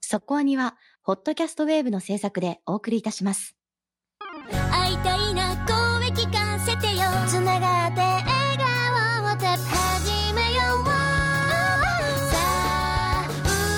そこアニはホットキャストウェーブの制作でお送りいたします。 会いたいな、声聞かせてよ。つながって笑顔を始めよう。さあ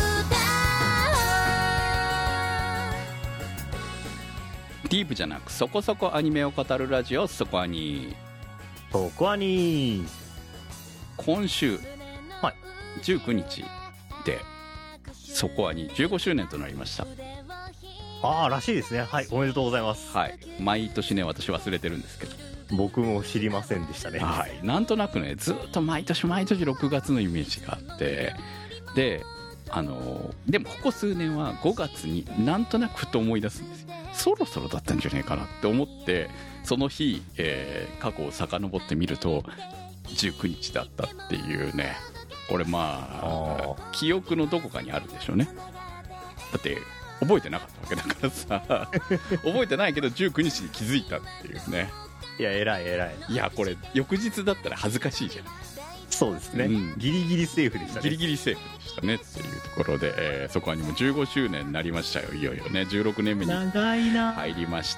ディープじゃなくそこそこアニメを語るラジオ、そこアニ。 そこアニ。 今週、 はい、 19日でそこアニ15周年となりました。 ああ、らしいですね。はい、おめでとうございます。 はい、毎年ね、私忘れてるんですけど、 僕も知りませんでしたね。 はい、なんとなくね、ずっと毎年6月のイメージがあって、でもここ数年は5月になんとなくふと思い出すんですよ。そろそろだったんじゃないかなって思って、その日、過去を遡ってみると19日だったっていうね。これ記憶のどこかにあるでしょうね。だって覚えてなかったわけだからさ覚えてないけど19日に気づいたっていうね。 いや、偉い。 いや、これ翌日だったら恥ずかしいじゃん。 そうですね、ギリギリセーフでしたね。 ギリギリセーフでしたねっていうところで、そこにも15周年になりましたよ。いよいよね、16年目に入りました。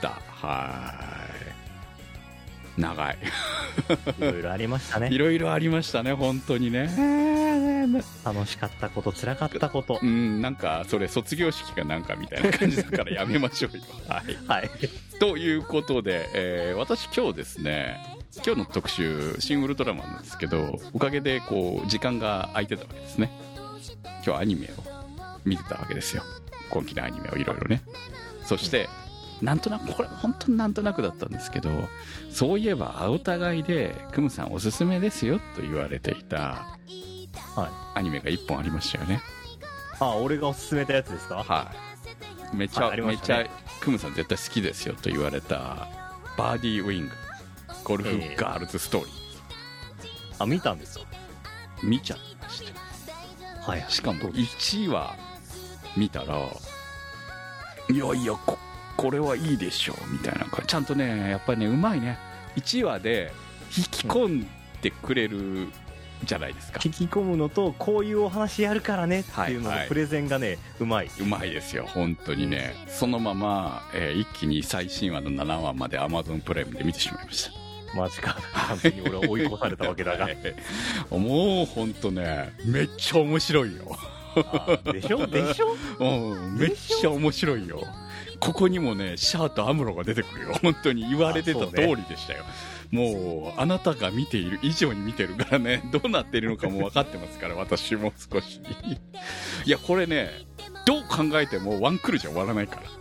長いいろいろありましたね。 いろいろありましたね、本当にね。 楽しかったこと、辛かったこと、 なんかそれ卒業式かなんかみたいな感じだからやめましょうよはい、ということで、私今日ですね、今日の特集シン・ウルトラマンなんですけど、おかげでこう時間が空いてたわけですね。今日アニメを見てたわけですよ、今期のアニメをいろいろね。そしてなんとなく、これ本当になんとなくだったんですけど、そういえばお互いでクムさんおすすめですよと言われていた、アニメが1本ありましたよね。 俺がおすすめたやつですか。 はい、めっちゃクムさん絶対好きですよと言われたバーディーウィングゴルフガールズストーリー、 見たんですか。 見ちゃいました。しかも1話見たら、いやこれはいいでしょみたいな、ちゃんとね、やっぱりね、うまいね。1話で引き込んでくれるじゃないですか。 引き込むのと、こういうお話やるからねっていうののプレゼンがね、うまいですよ本当にね。そのまま、一気に最新話の7話まで Amazon プライムで見てしまいました。 マジか。完全に俺は追い越されたわけだがもう本当ね、めっちゃ面白いよでしょめっちゃ面白いよ。ここにもね、シャアとアムロが出てくるよ。本当に言われてた通りでしたよ。もうあなたが見ている以上に見てるからね、どうなっているのかも分かってますから私も少しいや、これね、どう考えてもワンクールじゃ終わらないから。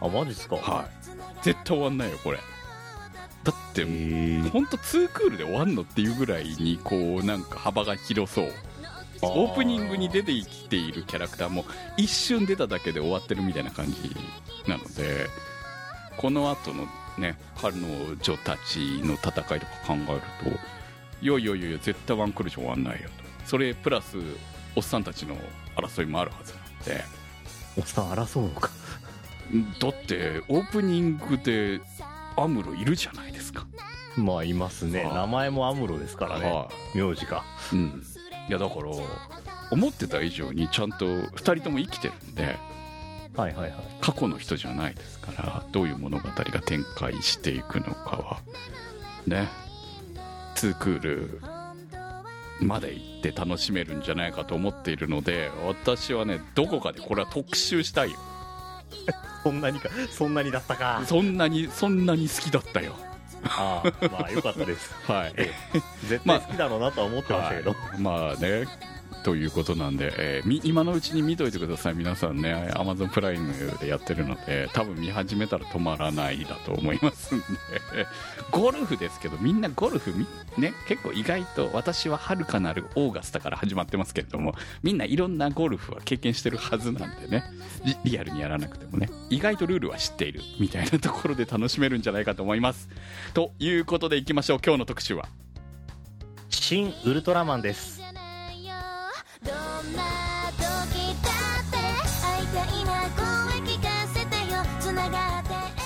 マジっすか。 はい、絶対終わんないよこれ。だってほんと2クールで終わんのっていうぐらいに、こうなんか幅が広そう。オープニングに出てきているキャラクターも一瞬出ただけで終わってるみたいな感じなので、この後のね、彼女たちの戦いとか考えると、いや絶対ワンクールじゃ終わんないよと。それプラスおっさんたちの争いもあるはずなんで。 おっさん争うのか。 だってオープニングでアムロいるじゃないですか。 いますね。名前もアムロですからね、名字が。 いやだから思ってた以上にちゃんと2人とも生きてるんで、過去の人じゃないですから、どういう物語が展開していくのかはね、2クールまで行って楽しめるんじゃないかと思っているので、私はね、どこかでこれは特集したいよそんなにだったか。 そんなに好きだったよ。 よかったです絶対好きだろうなとは思ってましたけど、 ね、ということなんで、今のうちに見といてください皆さんね。 Amazon プライムでやってるので、多分見始めたら止まらないだと思いますんでゴルフですけど、みんなゴルフね、結構意外と、私は遥かなるオーガスタから始まってますけれども、みんないろんなゴルフは経験してるはずなんでね、リアルにやらなくてもね、意外とルールは知っているみたいなところで楽しめるんじゃないかと思います。ということでいきましょう。今日の特集は新ウルトラマンです。 どんな時だって会いたいな、声聞かせてよ。つながって笑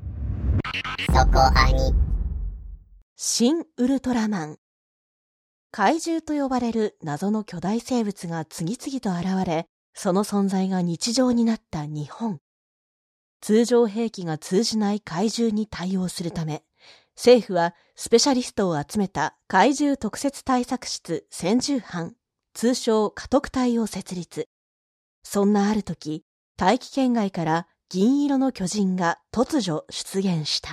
顔をそこアニ。 新ウルトラマン怪獣と呼ばれる謎の巨大生物が次々と現れ、その存在が日常になった日本。通常兵器が通じない怪獣に対応するため、政府はスペシャリストを集めた怪獣特設対策室専従班、通称家督隊を設立。そんなある時、大気圏外から銀色の巨人が突如出現した。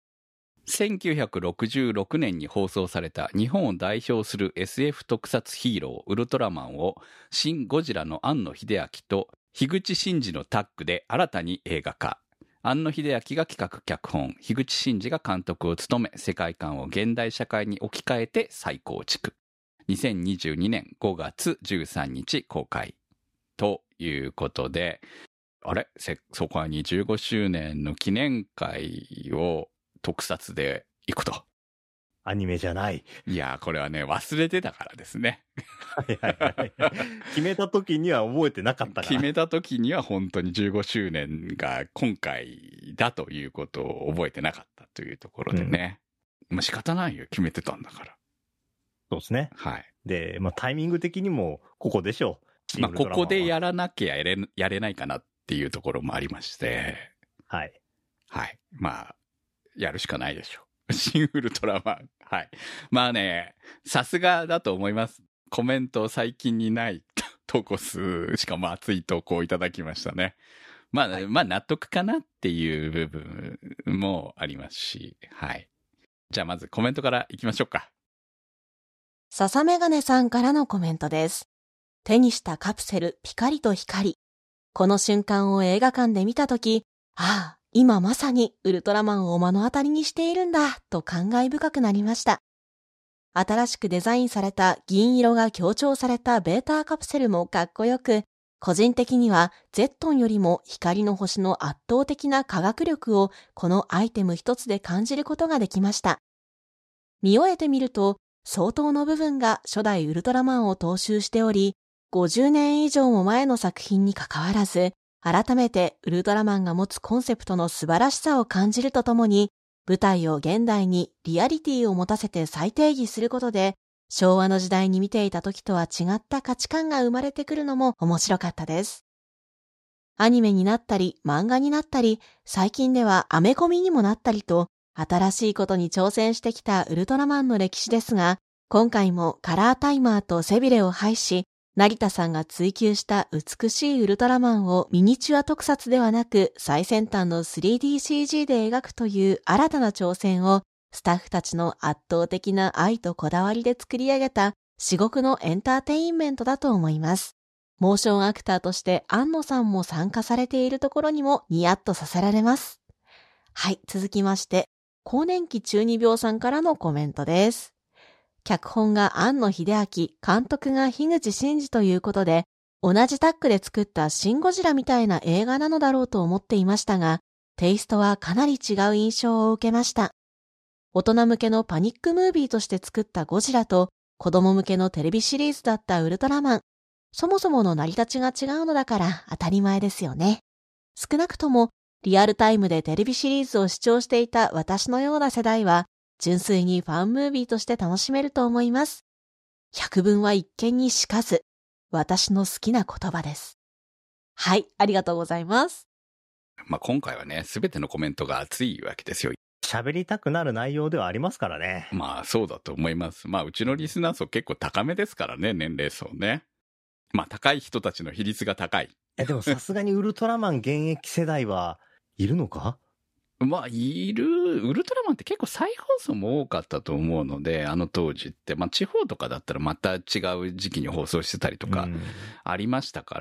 1966年に放送された日本を代表する SF 特撮ヒーローウルトラマンをシン・ゴジラの庵野秀明と樋口真嗣のタッグで新たに映画化。庵野秀明が企画脚本、樋口真嗣が監督を務め、世界観を現代社会に置き換えて再構築。2022年5月13日公開。ということで、あれそこに15周年の記念会を特撮で行くと。 アニメじゃない。 いや、これはね、忘れてたからですね。 はいはいはい。決めた時には覚えてなかったから。 決めた時には本当に15周年が今回だということを覚えてなかったというところでね。まあ仕方ないよ、決めてたんだから。 そうですね。 はい。 で、まあタイミング的にもここでしょう。 まあここでやらなきゃやれないかなっていうところもありまして。 はい。 はい。まあ、やるしかないでしょう。シン・ウルトラマン。はい。まあね、さすがだと思います。コメント最近にない投稿数、しかも熱い投稿をいただきましたね。まあ、はい、まあ納得かなっていう部分もありますし、はい。じゃあまずコメントからいきましょうか。 笹メガネさんからのコメントです。手にしたカプセルピカリと光。この瞬間を映画館で見たとき、ああ、今まさにウルトラマンを目の当たりにしているんだと感慨深くなりました。新しくデザインされた銀色が強調されたベータカプセルもかっこよく、個人的にはゼットンよりも光の星の圧倒的な科学力をこのアイテム一つで感じることができました。見終えてみると相当の部分が初代ウルトラマンを踏襲しており、50年以上も前の作品にかかわらず、改めてウルトラマンが持つコンセプトの素晴らしさを感じるとともに、舞台を現代にリアリティを持たせて再定義することで、昭和の時代に見ていた時とは違った価値観が生まれてくるのも面白かったです。アニメになったり、漫画になったり、最近ではアメコミにもなったりと、新しいことに挑戦してきたウルトラマンの歴史ですが、今回もカラータイマーと背びれを廃し、成田さんが追求した美しいウルトラマンをミニチュア特撮ではなく最先端の 3DCG で描くという新たな挑戦をスタッフたちの圧倒的な愛とこだわりで作り上げた至極のエンターテインメントだと思います。モーションアクターとして庵野さんも参加されているところにもニヤッとさせられます。はい、続きまして、更年期中二病さんからのコメントです。脚本が庵野秀明、監督が樋口真嗣ということで、同じタッグで作ったシン・ゴジラみたいな映画なのだろうと思っていましたが、テイストはかなり違う印象を受けました。大人向けのパニックムービーとして作ったゴジラと、子供向けのテレビシリーズだったウルトラマン。そもそもの成り立ちが違うのだから当たり前ですよね。少なくとも、リアルタイムでテレビシリーズを視聴していた私のような世代は、純粋にファンムービーとして楽しめると思います。百聞は一見にしかず、私の好きな言葉です。はい、ありがとうございます。 まあ今回はね、すべてのコメントが熱いわけですよ。 喋りたくなる内容ではありますからね。 まあそうだと思います。まあうちのリスナー層結構高めですからね、年齢層ね。まあ高い人たちの比率が高い。 でもさすがにウルトラマン現役世代はいるのか？ まあ、ウルトラマンって結構再放送も多かったと思うので、あの当時って、まあ地方とかだったらまた違う時期に放送してたりとかありましたから、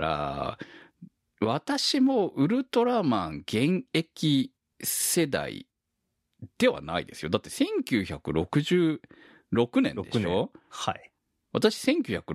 私もウルトラマン現役世代ではないですよ。だって1966年でしょ？ はい。 私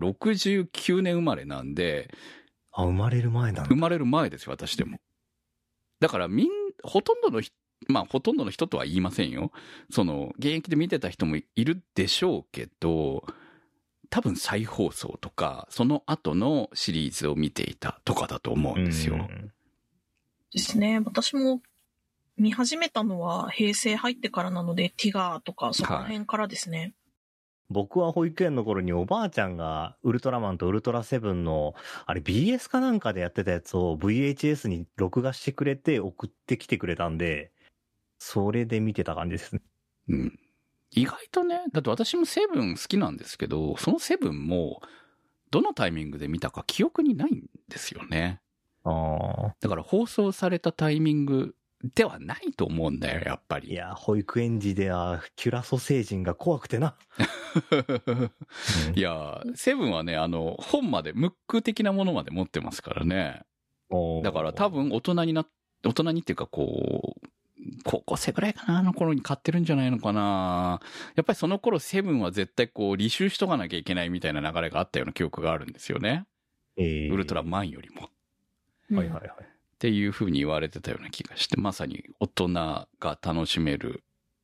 1969年生まれなんで。 生まれる前なんだ。 生まれる前ですよ、私でも。だからほとんどの人とは言いませんよ。現役で見てた人もいるでしょうけど、多分再放送とか、その後のシリーズを見ていたとかだと思うんですよ。 ですね。私も見始めたのは平成入ってからなので、ティガーとかそこら辺からですね。 僕は保育園の頃におばあちゃんがウルトラマンとウルトラセブンの、あれ BS かなんかでやってたやつを VHS に録画してくれて送ってきてくれたんで、それで見てた感じですね。 うん。意外とね、だって私もセブン好きなんですけど、そのセブンも、どのタイミングで見たか記憶にないんですよね。だから放送されたタイミングではないと思うんだよ、やっぱり。 いや、保育園児ではキュラソ星人が怖くてな。 いや、セブンはね、本まで、ムック的なものまで持ってますからね。だから多分大人にっていうかこう、高校生ぐらいかな、あの頃に買ってるんじゃないのかな。やっぱりその頃セブンは絶対こう、履修しとかなきゃいけないみたいな流れがあったような記憶があるんですよね。ウルトラマンよりも。 はいはいはい。 っていう風に言われてたような気がして、まさに大人が楽しめる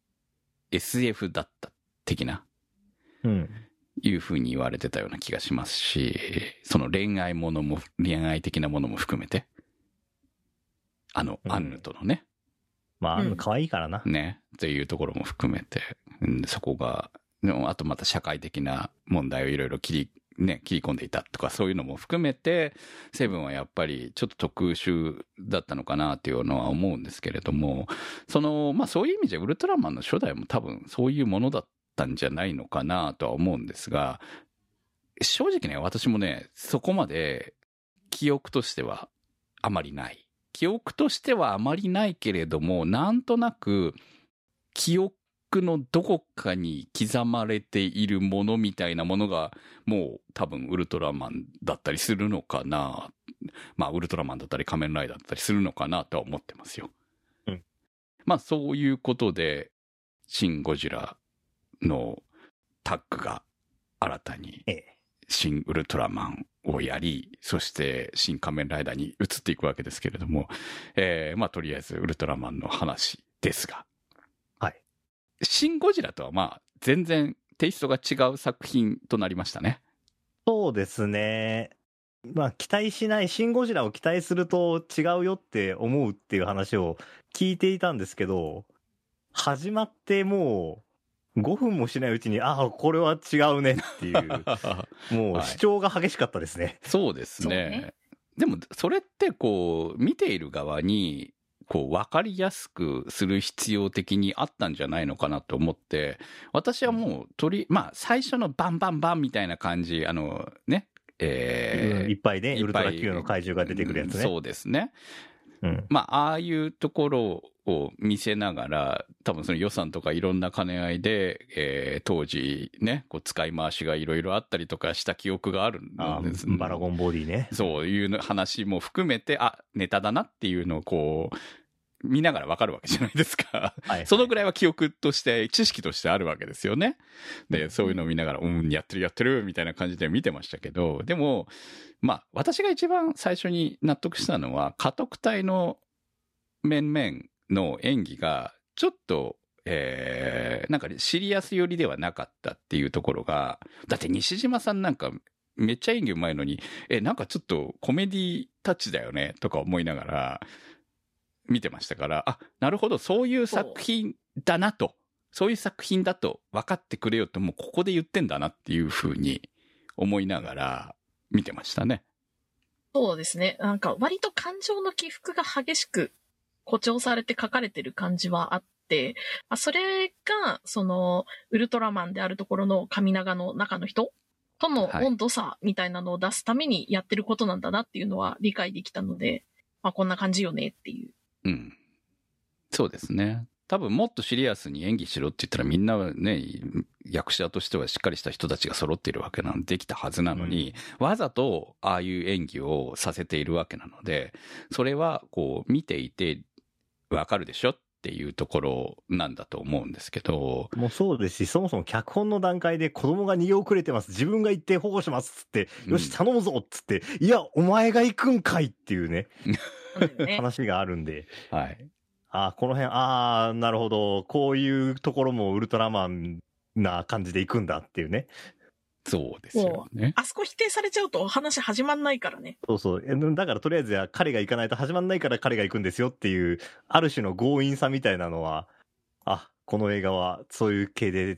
SF だった的な、いう風に言われてたような気がしますし、その恋愛的なものも含めて、アンヌとのね。 まあ、アンヌ可愛いからな。 ね。っていうところも含めて、そこが、あとまた社会的な問題をいろいろ切り込んでいたとかそういうのも含めて、セブンはやっぱりちょっと特殊だったのかなっていうのは思うんですけれども、まあそういう意味じゃウルトラマンの初代も多分そういうものだったんじゃないのかなとは思うんですが、正直ね、私もね、そこまで記憶としてはあまりない。記憶としてはあまりないけれども、なんとなく記憶のどこかに刻まれているものみたいなものがもう多分ウルトラマンだったりするのかな。まあウルトラマンだったり仮面ライダーだったりするのかなとは思ってますよ。うん。まあそういうことでシン・ゴジラのタッグが新たにシン・ウルトラマンをやり、そして新仮面ライダーに移っていくわけですけれども、まあとりあえずウルトラマンの話ですが、シン・ゴジラとはまあ全然テイストが違う作品となりましたね。 そうですね。まあ期待しない、シン・ゴジラを期待すると違うよって思うっていう話を聞いていたんですけど、始まってもう5分もしないうちに、ああ、これは違うねっていう、もう主張が激しかったですね。 そうですね。でもそれってこう見ている側にこう分かりやすくする必要的にあったんじゃないのかなと思って、私はもうまあ最初のバンバンバンみたいな感じ、ね、 いっぱいね、ウルトラ Q の怪獣が出てくるやつね。 そうですね。まあ、ああいうところを見せながら、多分その予算とかいろんな兼ね合いで、当時ね、こう使い回しがいろいろあったりとかした記憶があるんです。 バラゴンボディね。 そういう話も含めて、ネタだなっていうのをこう、見ながらわかるわけじゃないですか。そのぐらいは記憶として、知識としてあるわけですよね。で、そういうのを見ながら、やってる、みたいな感じで見てましたけど、でも、まあ、私が一番最初に納得したのは、家督隊の面々の演技が、ちょっと、なんかシリアス寄りではなかったっていうところが、だって西島さんなんか、めっちゃ演技うまいのに、なんかちょっとコメディタッチだよね、とか思いながら、見てましたから、なるほど、そういう作品だなと、そういう作品だと分かってくれよって、もうここで言ってんだなっていうふうに思いながら見てましたね。 そうですね。なんか割と感情の起伏が激しく誇張されて書かれてる感じはあって、それが、ウルトラマンであるところの神長の中の人との温度差みたいなのを出すためにやってることなんだなっていうのは理解できたので、こんな感じよねっていう。 そうですね。多分もっとシリアスに演技しろって言ったらみんなね、役者としてはしっかりした人たちが揃っているわけなんで、できたはずなのに、わざとああいう演技をさせているわけなので、それはこう見ていてわかるでしょっていうところなんだと思うんですけど。 もうそうですし、そもそも脚本の段階で子供が逃げ遅れてます。自分が行って保護しますっつって、よし頼むぞっつって、いや、お前が行くんかいっていうね。話があるんで。 はい。 この辺、なるほど。こういうところもウルトラマンな感じで行くんだっていうね。 そうですよね。 あそこ否定されちゃうと話始まんないからね。 そうそう。だからとりあえず彼が行かないと始まんないから彼が行くんですよっていう、ある種の強引さみたいなのは、この映画はそういう系で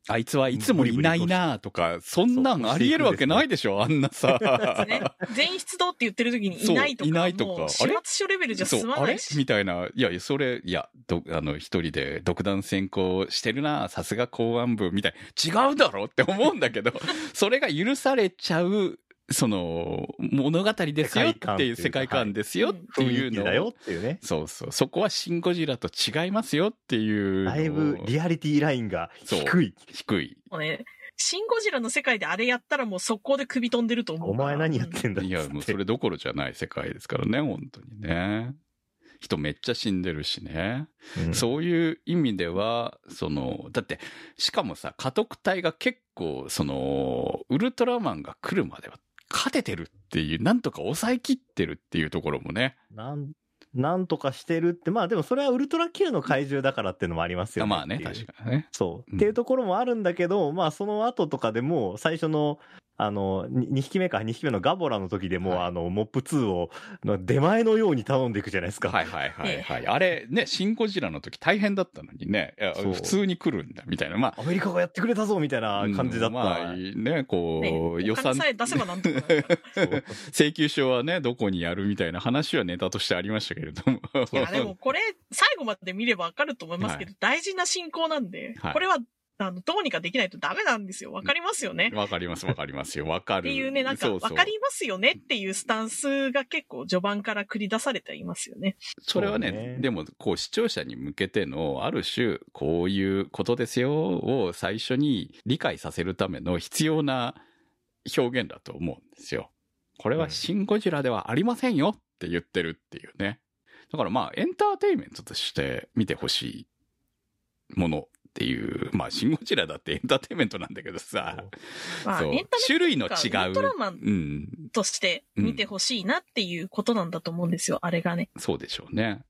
あいつはいつもいないなとか、そんなんありえるわけないでしょ、あんなさ。 ね、全員出動って言ってる時にいないとか、 いないとか、 もう始末書レベルじゃ済まないし。 みたいな、いや、それ、いや、一人で独断専行してるな、さすが公安部、みたいな、違うだろって思うんだけど、それが許されちゃう、その、物語ですよっていう、世界観ですよっていうのを、 だよっていうね。 そうそう、そこはシン・ゴジラと違いますよっていう。 だいぶリアリティラインが低い。 低い。 もうね、シン・ゴジラの世界であれやったらもう速攻で首飛んでると思う。 お前何やってんだって。 いや、もうそれどころじゃない世界ですからね、本当にね。人めっちゃ死んでるしね。そういう意味では、だって、しかもさ、家督隊が結構、ウルトラマンが来るまでは勝ててるっていう、なんとか抑えきってるっていうところもね。 なんとかしてるって、まあでもそれはウルトラ Q の怪獣だからっていうのもありますよね。 まあね、確かにね。 そう。っていうところもあるんだけど、まあその後とかでも、最初の、2匹目のガボラの時でも、はい、モップ2を、出前のように頼んでいくじゃないですか。 はいはいはいはい。あれ、ね、シン・ゴジラの時大変だったのにね、普通に来るんだ、みたいな。まあ。 アメリカがやってくれたぞ、みたいな感じだった。 まあ、ね、こう、 予算さえ出せばなんとか請求書はね、どこにやるみたいな話はネタとしてありましたけれども。 いや、でもこれ、最後まで見ればわかると思いますけど、はい、大事な進行なんで、はい、これは、どうにかできないとダメなんですよ。わかりますよね。 わかりますよ。わかる。 っていうね、なんか、わかりますよねっていうスタンスが結構序盤から繰り出されていますよね。 それはね、でも、こう、視聴者に向けての、ある種、こういうことですよを最初に理解させるための必要な表現だと思うんですよ。これはシン・ゴジラではありませんよって言ってるっていうね。だからまあ、エンターテインメントとして見てほしいもの。っていう、まあ、シン・ゴジラだってエンターテインメントなんだけどさ、 まあ、 種類の違う。 ウルトラマンとして見てほしいなっていうことなんだと思うんですよ、あれがね。 そうでしょうね。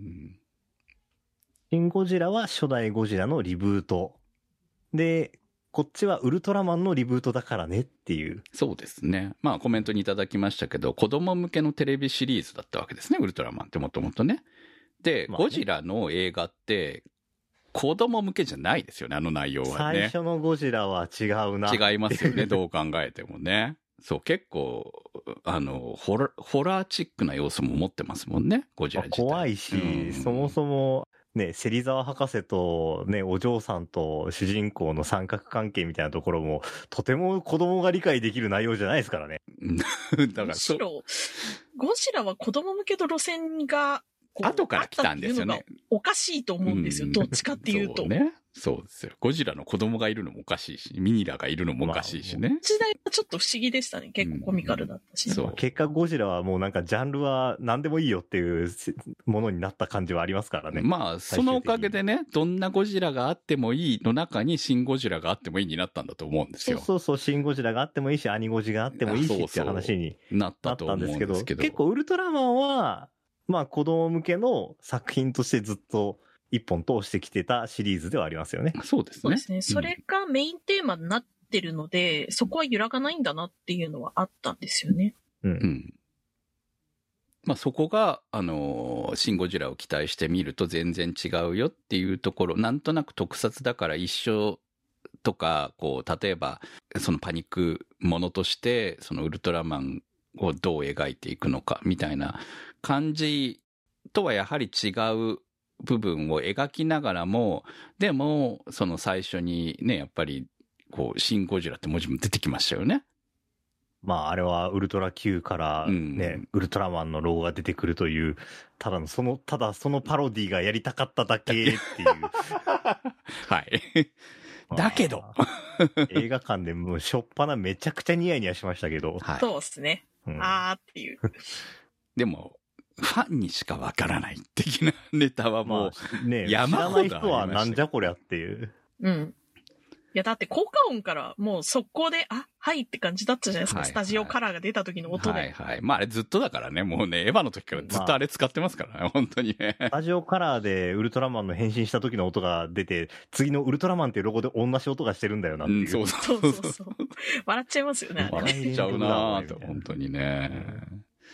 シン・ゴジラは初代ゴジラのリブート。で、こっちはウルトラマンのリブートだからねっていう。 そうですね。まあコメントにいただきましたけど、子供向けのテレビシリーズだったわけですね、ウルトラマンってもともとね。で、ゴジラの映画って、子供向けじゃないですよね、あの内容はね。 最初のゴジラは違うな。 違いますよね、どう考えてもね。そう、結構、ホラーチックな要素も持ってますもんね、ゴジラ自体。 怖いし、そもそも、ね、芹沢博士と、ね、お嬢さんと主人公の三角関係みたいなところも、とても子供が理解できる内容じゃないですからね。 だからむしろ、ゴジラは子供向けの路線が、 後から来たんですよね。 おかしいと思うんですよ。どっちかっていうと。 そうね。そうですよ。ゴジラの子供がいるのもおかしいし、ミニラがいるのもおかしいしね。 時代はちょっと不思議でしたね。結構コミカルだったし、 そう。結果ゴジラはもうなんかジャンルは何でもいいよっていうものになった感じはありますからね。 まあ、そのおかげでね、どんなゴジラがあってもいいの中にシン・ゴジラがあってもいいになったんだと思うんですよ。 そう、シン・ゴジラがあってもいいし、アニゴジがあってもいいしっていう話になったんですけど、結構ウルトラマンは、まあ子供向けの作品としてずっと一本通してきてたシリーズではありますよね。 そうですね。 そうですね。それがメインテーマになってるので、そこは揺らがないんだなっていうのはあったんですよね。 まあそこが、シン・ゴジラを期待してみると全然違うよっていうところ、なんとなく特撮だから一緒とか、こう、例えば、そのパニックものとして、そのウルトラマンをどう描いていくのかみたいな感じとはやはり違う部分を描きながらも、でもその最初にね、やっぱりこうシン・ゴジラって文字も出てきましたよね。 まああれはウルトラ Q からね、ウルトラマンのロゴが出てくるという、ただそのパロディがやりたかっただけっていうはいだけど映画館でもうしょっぱなめちゃくちゃニヤニヤしましたけど、 はい、そうですね、あーっていうでもファンにしかわからない的なネタはもう、ね、山ほどありました。知らない人はなんじゃこりゃっていう。 いや、だって効果音からもう速攻で、はいって感じだったじゃないですか。スタジオカラーが出た時の音で。 まああれずっとだからね、もうね、エヴァの時からずっとあれ使ってますからね、本当にね。 スタジオカラーでウルトラマンの変身した時の音が出て、次のウルトラマンっていうロゴで同じ音がしてるんだよなっていう。 そう。笑っちゃいますよね。 笑っちゃうなぁと、本当にね。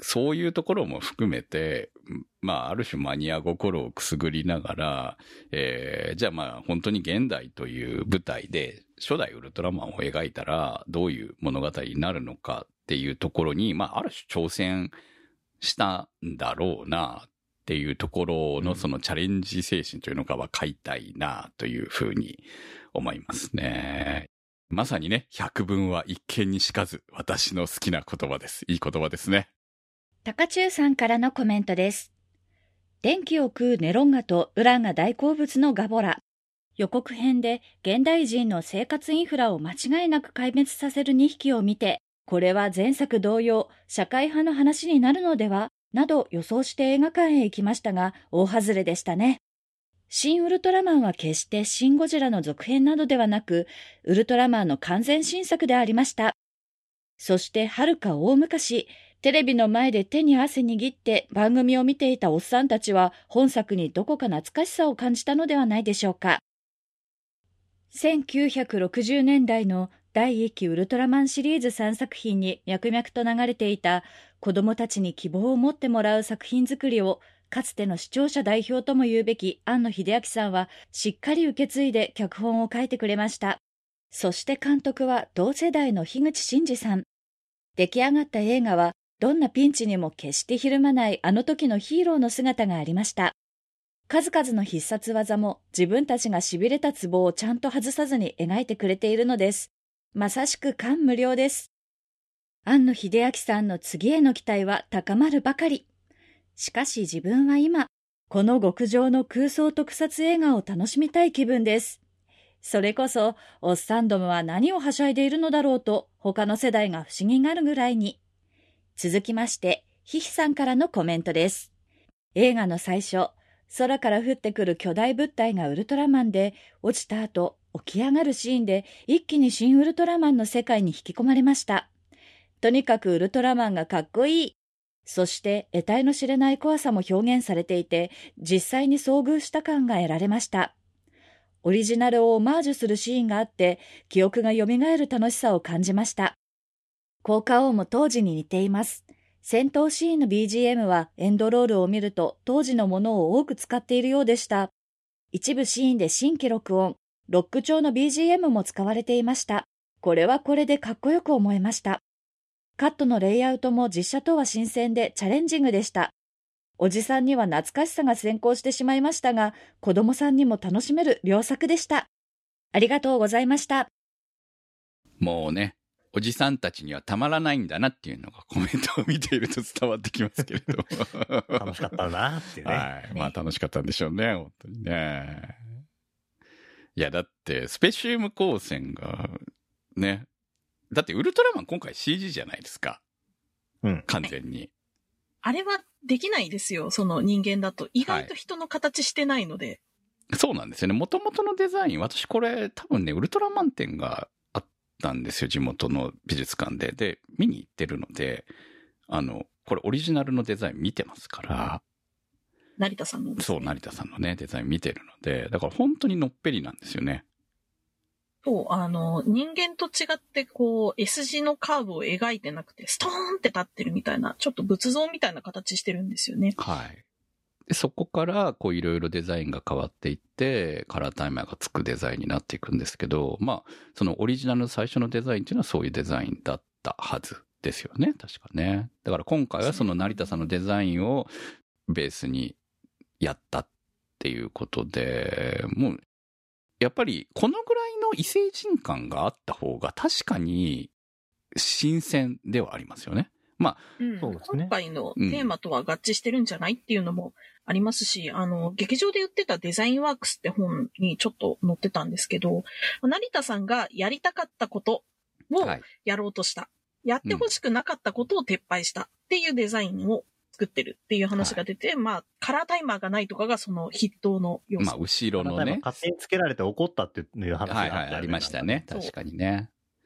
そういうところも含めて、まあ、ある種マニア心をくすぐりながら、じゃあまあ、本当に現代という舞台で、初代ウルトラマンを描いたら、どういう物語になるのかっていうところに、まあ、ある種挑戦したんだろうな、っていうところのそのチャレンジ精神というのかは買いたいな、というふうに思いますね。まさにね、百聞は一見にしかず、私の好きな言葉です。いい言葉ですね。 高中さんからのコメントです。電気を食うネロンガとウランが大好物のガボラ。予告編で現代人の生活インフラを間違いなく壊滅させる2匹を見て、これは前作同様、社会派の話になるのではなど予想して映画館へ行きましたが、大外れでしたね。新ウルトラマンは決してシン・ゴジラの続編などではなく、ウルトラマンの完全新作でありました。そして遥か大昔、テレビの前で手に汗握って番組を見ていたおっさんたちは本作にどこか懐かしさを感じたのではないでしょうか。1960年代の第1期ウルトラマンシリーズ3作品に脈々と流れていた子供たちに希望を持ってもらう作品作りをかつての視聴者代表とも言うべき庵野秀明さんはしっかり受け継いで脚本を書いてくれました。そして監督は同世代の樋口真嗣さん。出来上がった映画はどんなピンチにも決してひるまないあの時のヒーローの姿がありました。数々の必殺技も自分たちが痺れたツボをちゃんと外さずに描いてくれているのです。まさしく感無量です。庵野秀明さんの次への期待は高まるばかり。しかし自分は今、この極上の空想特撮映画を楽しみたい気分です。それこそ、おっさんどもは何をはしゃいでいるのだろうと、他の世代が不思議がるぐらいに。続きまして、ひひさんからのコメントです。映画の最初、空から降ってくる巨大物体がウルトラマンで、落ちた後、起き上がるシーンで一気に新ウルトラマンの世界に引き込まれました。とにかくウルトラマンがかっこいい。そして得体の知れない怖さも表現されていて、実際に遭遇した感が得られました。オリジナルをオマージュするシーンがあって、記憶が蘇る楽しさを感じました。効果音も当時に似ています。戦闘シーンの BGM はエンドロールを見ると当時のものを多く使っているようでした。一部シーンで新規録音、ロック調の BGM も使われていました。これはこれでかっこよく思えました。カットのレイアウトも実写とは新鮮でチャレンジングでした。おじさんには懐かしさが先行してしまいましたが、子供さんにも楽しめる良作でした。ありがとうございました。 もうね、おじさんたちにはたまらないんだなっていうのがコメントを見ていると伝わってきますけれど。 楽しかったなっていうね。 はい。まあ楽しかったんでしょうね、本当にね。いや、だって、スペシウム光線が、ね。だってウルトラマン今回 CG じゃないですか。 うん。 完全に。 あれはできないですよ、その人間だと。意外と人の形してないので。 そうなんですよね。元々のデザイン、私これ多分ね、ウルトラマン展があったんですよ、地元の美術館で。で、見に行ってるので、これオリジナルのデザイン見てますから。 成田さんのですね。 そう、成田さんのね、デザイン見てるので、だから本当にのっぺりなんですよね。 そう、人間と違ってこう、S 字のカーブを描いてなくて、ストーンって立ってるみたいな、ちょっと仏像みたいな形してるんですよね。 はい。でそこから、こう、いろいろデザインが変わっていって、カラータイマーがつくデザインになっていくんですけど、まあ、そのオリジナルの最初のデザインっていうのはそういうデザインだったはずですよね、確かね。だから今回はその成田さんのデザインをベースにやったっていうことで、もう、やっぱりこのぐらいの異星人感があった方が確かに新鮮ではありますよね。まあ、 そうですね。 今回のテーマとは合致してるんじゃないっていうのもありますし、劇場で売ってたデザインワークスって本にちょっと載ってたんですけど、成田さんがやりたかったことをやろうとした。やってほしくなかったことを撤廃したっていうデザインを作ってるっていう話が出て、まあ、カラータイマーがないとかがその筆頭の要素。 まあ、後ろのね。 勝手につけられて怒ったっていう話がはいはい、ありましたね。確かにね。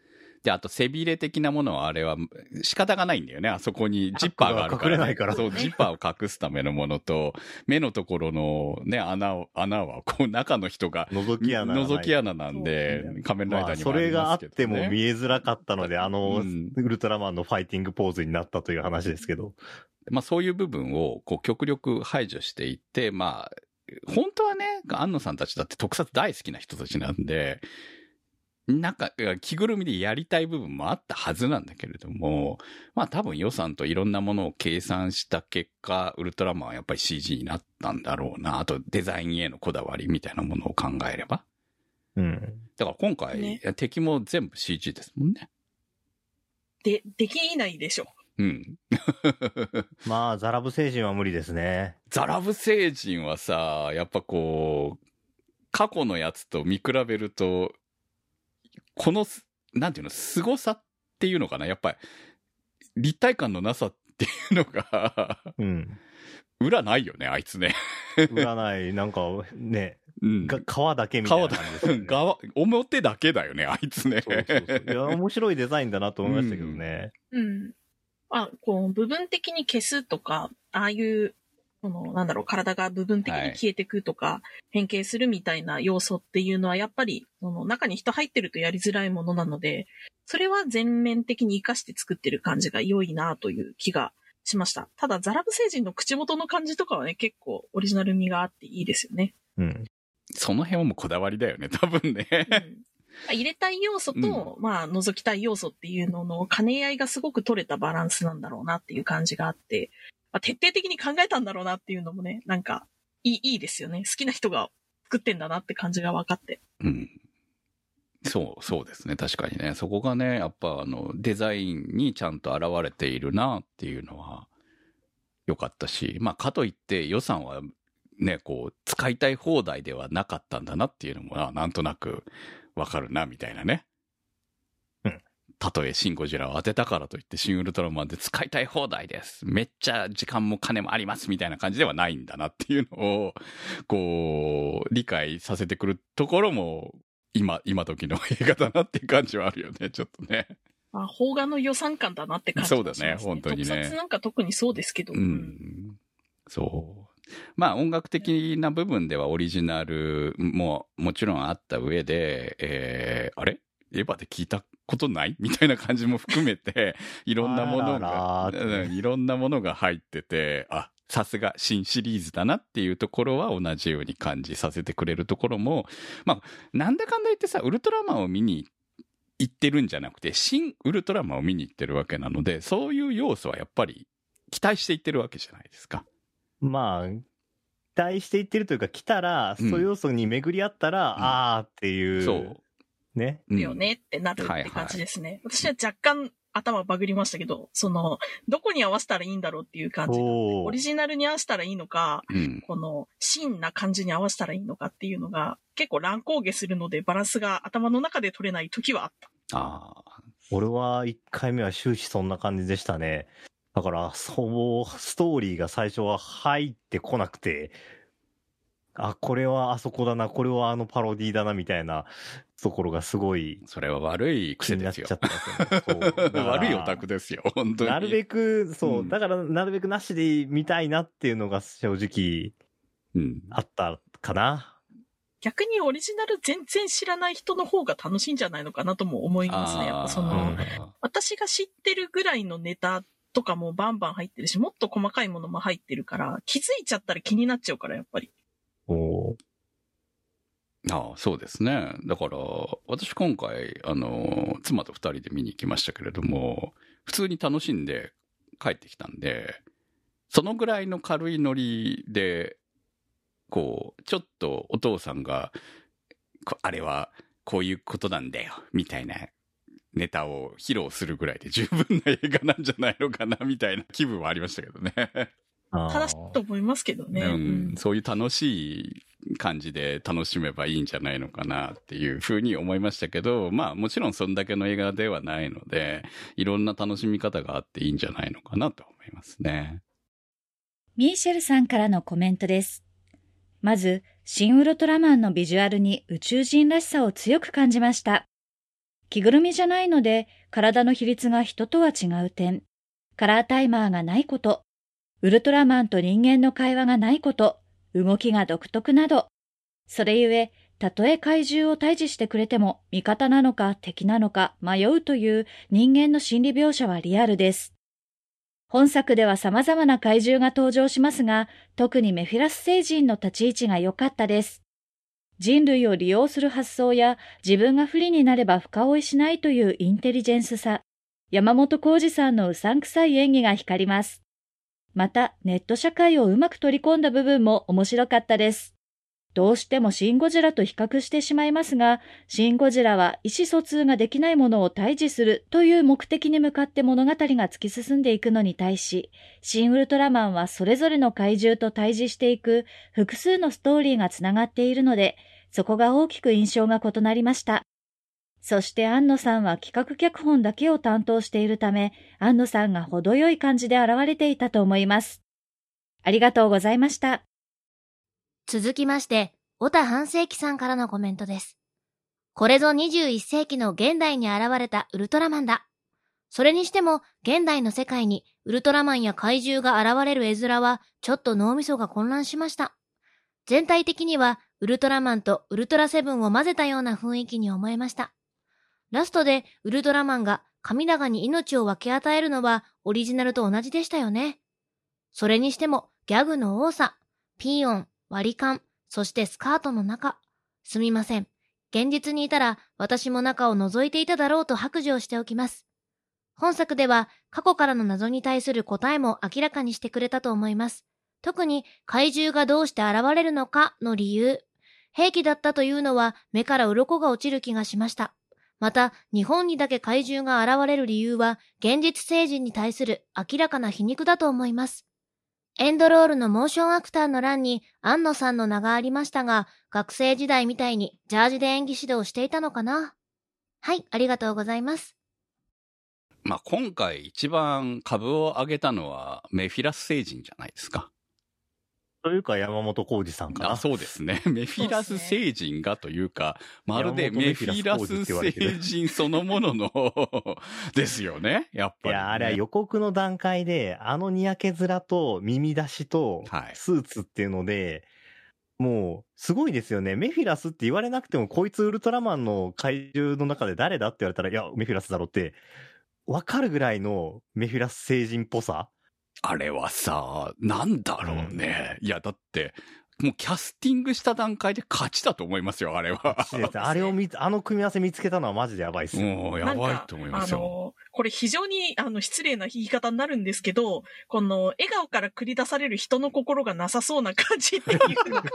で、あと背びれ的なものはあれは仕方がないんだよね。あそこにジッパーがあるから、 隠れないから。 そう、ジッパーを隠すためのものと、目のところのね、穴は、こう中の人が、 覗き穴なんで、仮面ライダーにもそれがあっありますけど、ね。 ても見えづらかったので、 うんウルトラマンのファイティングポーズになったという話ですけど。 まあそういう部分をこう極力排除していって、まあ、本当はね、安野さんたちだって特撮大好きな人たちなんで、なんか着ぐるみでやりたい部分もあったはずなんだけれども、まあ多分予算といろんなものを計算した結果、ウルトラマンはやっぱり CG になったんだろうな。あとデザインへのこだわりみたいなものを考えれば。 うん。 だから今回、 ね、 敵も全部 CG ですもんね。 できないでしょ。 うん。 まあ、ザラブ星人は無理ですね。 ザラブ星人はさ、やっぱこう、過去のやつと見比べると、この、なんていうの、凄さっていうのかな、やっぱり、立体感のなさっていうのが、 うん。 裏ないよね、あいつね。 裏ない、なんかね、 うん、 皮だけみたいな感じですよね。 表だけだよね、あいつね。 そうそうそう。いや、面白いデザインだなと思いましたけどね。 うん。こう、部分的に消すとか、ああいう、なんだろう、体が部分的に消えてくとか、変形するみたいな要素っていうのは、やっぱり、中に人入ってるとやりづらいものなので、それは全面的に活かして作ってる感じが良いなという気がしました。ただ、ザラブ星人の口元の感じとかはね、結構オリジナル味があっていいですよね。 うん。 その辺はもうこだわりだよね、多分ね。 入れたい要素と、まあ、除きたい要素っていうのの兼ね合いがすごく取れたバランスなんだろうなっていう感じがあって、徹底的に考えたんだろうなっていうのもね、なんか、いいですよね。好きな人が作ってんだなって感じが分かって。 うん。そうですね。確かにね。そこがね、やっぱデザインにちゃんと現れているなっていうのは良かったし、まあ、かといって予算はね、こう、使いたい放題ではなかったんだなっていうのもなんとなくわかるな、みたいなね。たとえシン・ゴジラを当てたからといってシン・ウルトラマンで使いたい放題です。めっちゃ時間も金もありますみたいな感じではないんだなっていうのを、こう、理解させてくるところも、今時の映画だなっていう感じはあるよね、ちょっとね。 邦画の予算感だなって感じがしますね。 そうだね、本当にね。 特撮なんか特にそうですけど。 そう。まあ音楽的な部分ではオリジナルももちろんあった上で、あれエヴァで聞いたことないみたいな感じも含めて、いろんなものが入ってて、あ、さすが新シリーズだなっていうところは同じように感じさせてくれるところも、まあ、なんだかんだ言ってさ、ウルトラマンを見に行ってるんじゃなくて、新ウルトラマンを見に行ってるわけなので、そういう要素はやっぱり期待していってるわけじゃないですか。 まあ、期待していってるというか、来たら、そういう要素に巡り合ったら、あーっていう。そう。ね。 よねってなるって感じですね。私は若干頭バグりましたけど、どこに合わせたらいいんだろうっていう感じ。オリジナルに合わせたらいいのか、この真な感じに合わせたらいいのかっていうのが、結構乱高下するので、バランスが頭の中で取れない時はあった。 俺は1回目は終始そんな感じでしたね。だから、ストーリーが最初は入ってこなくて、これはあそこだな、これはパロディだな、みたいなところがすごい。 それは悪い癖ですよ。 気になっちゃったんですよ。 悪いオタクですよ、本当に。 なるべく、だからなるべくなしで見たいなっていうのが正直、あったかな。 逆にオリジナル全然知らない人の方が楽しいんじゃないのかなとも思いますね。やっぱ私が知ってるぐらいのネタとかもバンバン入ってるし、もっと細かいものも入ってるから、気づいちゃったら気になっちゃうから、やっぱり。 そうですね。だから、私今回、妻と二人で見に行きましたけれども、普通に楽しんで帰ってきたんで、そのぐらいの軽いノリで、こう、ちょっとお父さんが、あれはこういうことなんだよ、みたいなネタを披露するぐらいで十分な映画なんじゃないのかな、みたいな気分はありましたけどね。 正しいと思いますけどね。 そういう楽しい感じで楽しめばいいんじゃないのかなっていうふうに思いましたけど、まあもちろんそんだけの映画ではないので、いろんな楽しみ方があっていいんじゃないのかなと思いますね。 ミーシェルさんからのコメントです。まず、シン・ウルトラマンのビジュアルに宇宙人らしさを強く感じました。 着ぐるみじゃないので体の比率が人とは違う点、カラータイマーがないこと、ウルトラマンと人間の会話がないこと、動きが独特など、それゆえ、たとえ怪獣を退治してくれても味方なのか敵なのか迷うという人間の心理描写はリアルです。本作では様々な怪獣が登場しますが、特にメフィラス星人の立ち位置が良かったです。人類を利用する発想や自分が不利になれば深追いしないというインテリジェンスさ、山本浩二さんのうさんくさい演技が光ります。また、ネット社会をうまく取り込んだ部分も面白かったです。どうしてもシン・ゴジラと比較してしまいますが、シン・ゴジラは意思疎通ができないものを退治するという目的に向かって物語が突き進んでいくのに対し、シン・ウルトラマンはそれぞれの怪獣と対峙していく複数のストーリーがつながっているので、そこが大きく印象が異なりました。そして庵野さんは企画脚本だけを担当しているため、庵野さんが程よい感じで現れていたと思います。ありがとうございました。 続きまして、小田半世紀さんからのコメントです。これぞ21世紀の現代に現れたウルトラマンだ。それにしても、現代の世界にウルトラマンや怪獣が現れる絵面は、ちょっと脳みそが混乱しました。全体的には、ウルトラマンとウルトラセブンを混ぜたような雰囲気に思えました。ラストでウルトラマンが神長に命を分け与えるのはオリジナルと同じでしたよね。それにしてもギャグの多さ、ピーヨン、割り勘、そしてスカートの中。すみません。現実にいたら私も中を覗いていただろうと白状しておきます。本作では過去からの謎に対する答えも明らかにしてくれたと思います。特に怪獣がどうして現れるのかの理由。兵器だったというのは目から鱗が落ちる気がしました。また、日本にだけ怪獣が現れる理由は、現実星人に対する明らかな皮肉だと思います。エンドロールのモーションアクターの欄に庵野さんの名がありましたが、学生時代みたいにジャージで演技指導していたのかな？はい、ありがとうございます。 まあ、今回一番株を上げたのはメフィラス星人じゃないですか。 というか山本浩二さんかな。 あ、そうですね。メフィラス星人がというか、まるでメフィラス星人そのもののですよね。やっぱり、ね。 いや、あれは予告の段階で、にやけ面と耳出しとスーツっていうので、もう、すごいですよね。メフィラスって言われなくても、こいつウルトラマンの怪獣の中で誰だって言われたら、いや、メフィラスだろって、わかるぐらいのメフィラス星人っぽさ。 あれはさ、なんだろうね。いや、だって、もうキャスティングした段階で勝ちだと思いますよ、あれは。 あれを組み合わせ見つけたのはマジでやばいっすよ。 もうやばいと思いますよ。 これ非常に失礼な言い方になるんですけど、この笑顔から繰り出される人の心がなさそうな感じっていうのが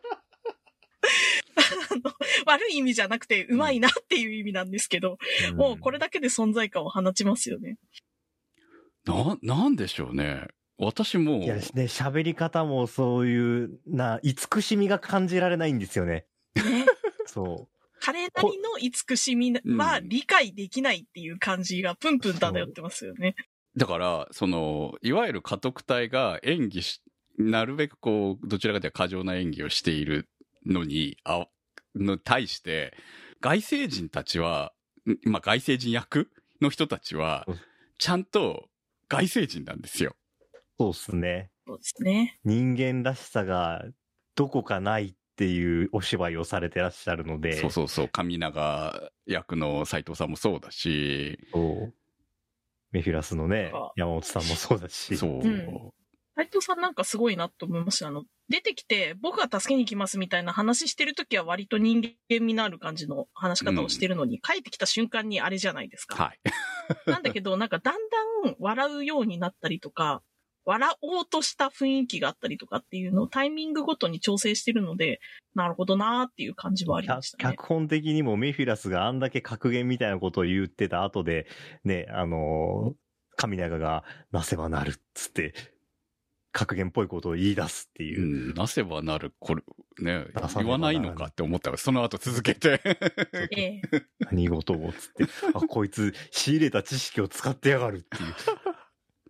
悪い意味じゃなくてうまいなっていう意味なんですけど、もうこれだけで存在感を放ちますよね。 なんでしょうね。私も。 いやね、喋り方もそういう慈しみが感じられないんですよね。 ね。 そう。 彼なりの慈しみは理解できないっていう感じがプンプン漂ってますよね。 だから、いわゆる家督隊がなるべくどちらかというと過剰な演技をしているのに、対して、外星人たちは、まあ、外星人役の人たちは、ちゃんと外星人なんですよ。 そうですね。 そうですね。 人間らしさがどこかないっていうお芝居をされてらっしゃるので。 そうそうそう。神長役の斉藤さんもそうだし。 メフィラスのね、山本さんもそうだし。 そう。 斉藤さんなんかすごいなと思いました。出てきて僕が助けに行きますみたいな話してるときは割と人間味のある感じの話し方をしてるのに、帰ってきた瞬間にあれじゃないですか。 はい。 なんだけど、なんかだんだん笑うようになったりとか、笑おうとした雰囲気があったりとかっていうのをタイミングごとに調整してるので、なるほどなーっていう感じはありましたね。 脚本的にもメフィラスがあんだけ格言みたいなことを言ってた後で、ね、神長がなせばなるっつって、格言っぽいことを言い出すっていう。 なせばなる、これ、ね、言わないのかって思ったら、その後続けて。 何事をつって、こいつ仕入れた知識を使ってやがるっていう。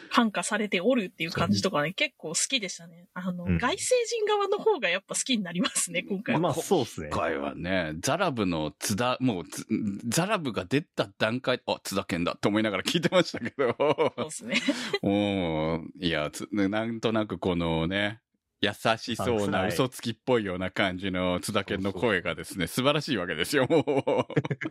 感化されておるっていう感じとかね、結構好きでしたね。外星人側の方がやっぱ好きになりますね、今回は。 まあそうですね。 今回はね、ザラブのザラブが出た段階、津田健だと思いながら聞いてましたけど。 そうですね。 いや、なんとなくこのね、優しそうな嘘つきっぽいような感じの津田健の声がですね、素晴らしいわけですよ、もう。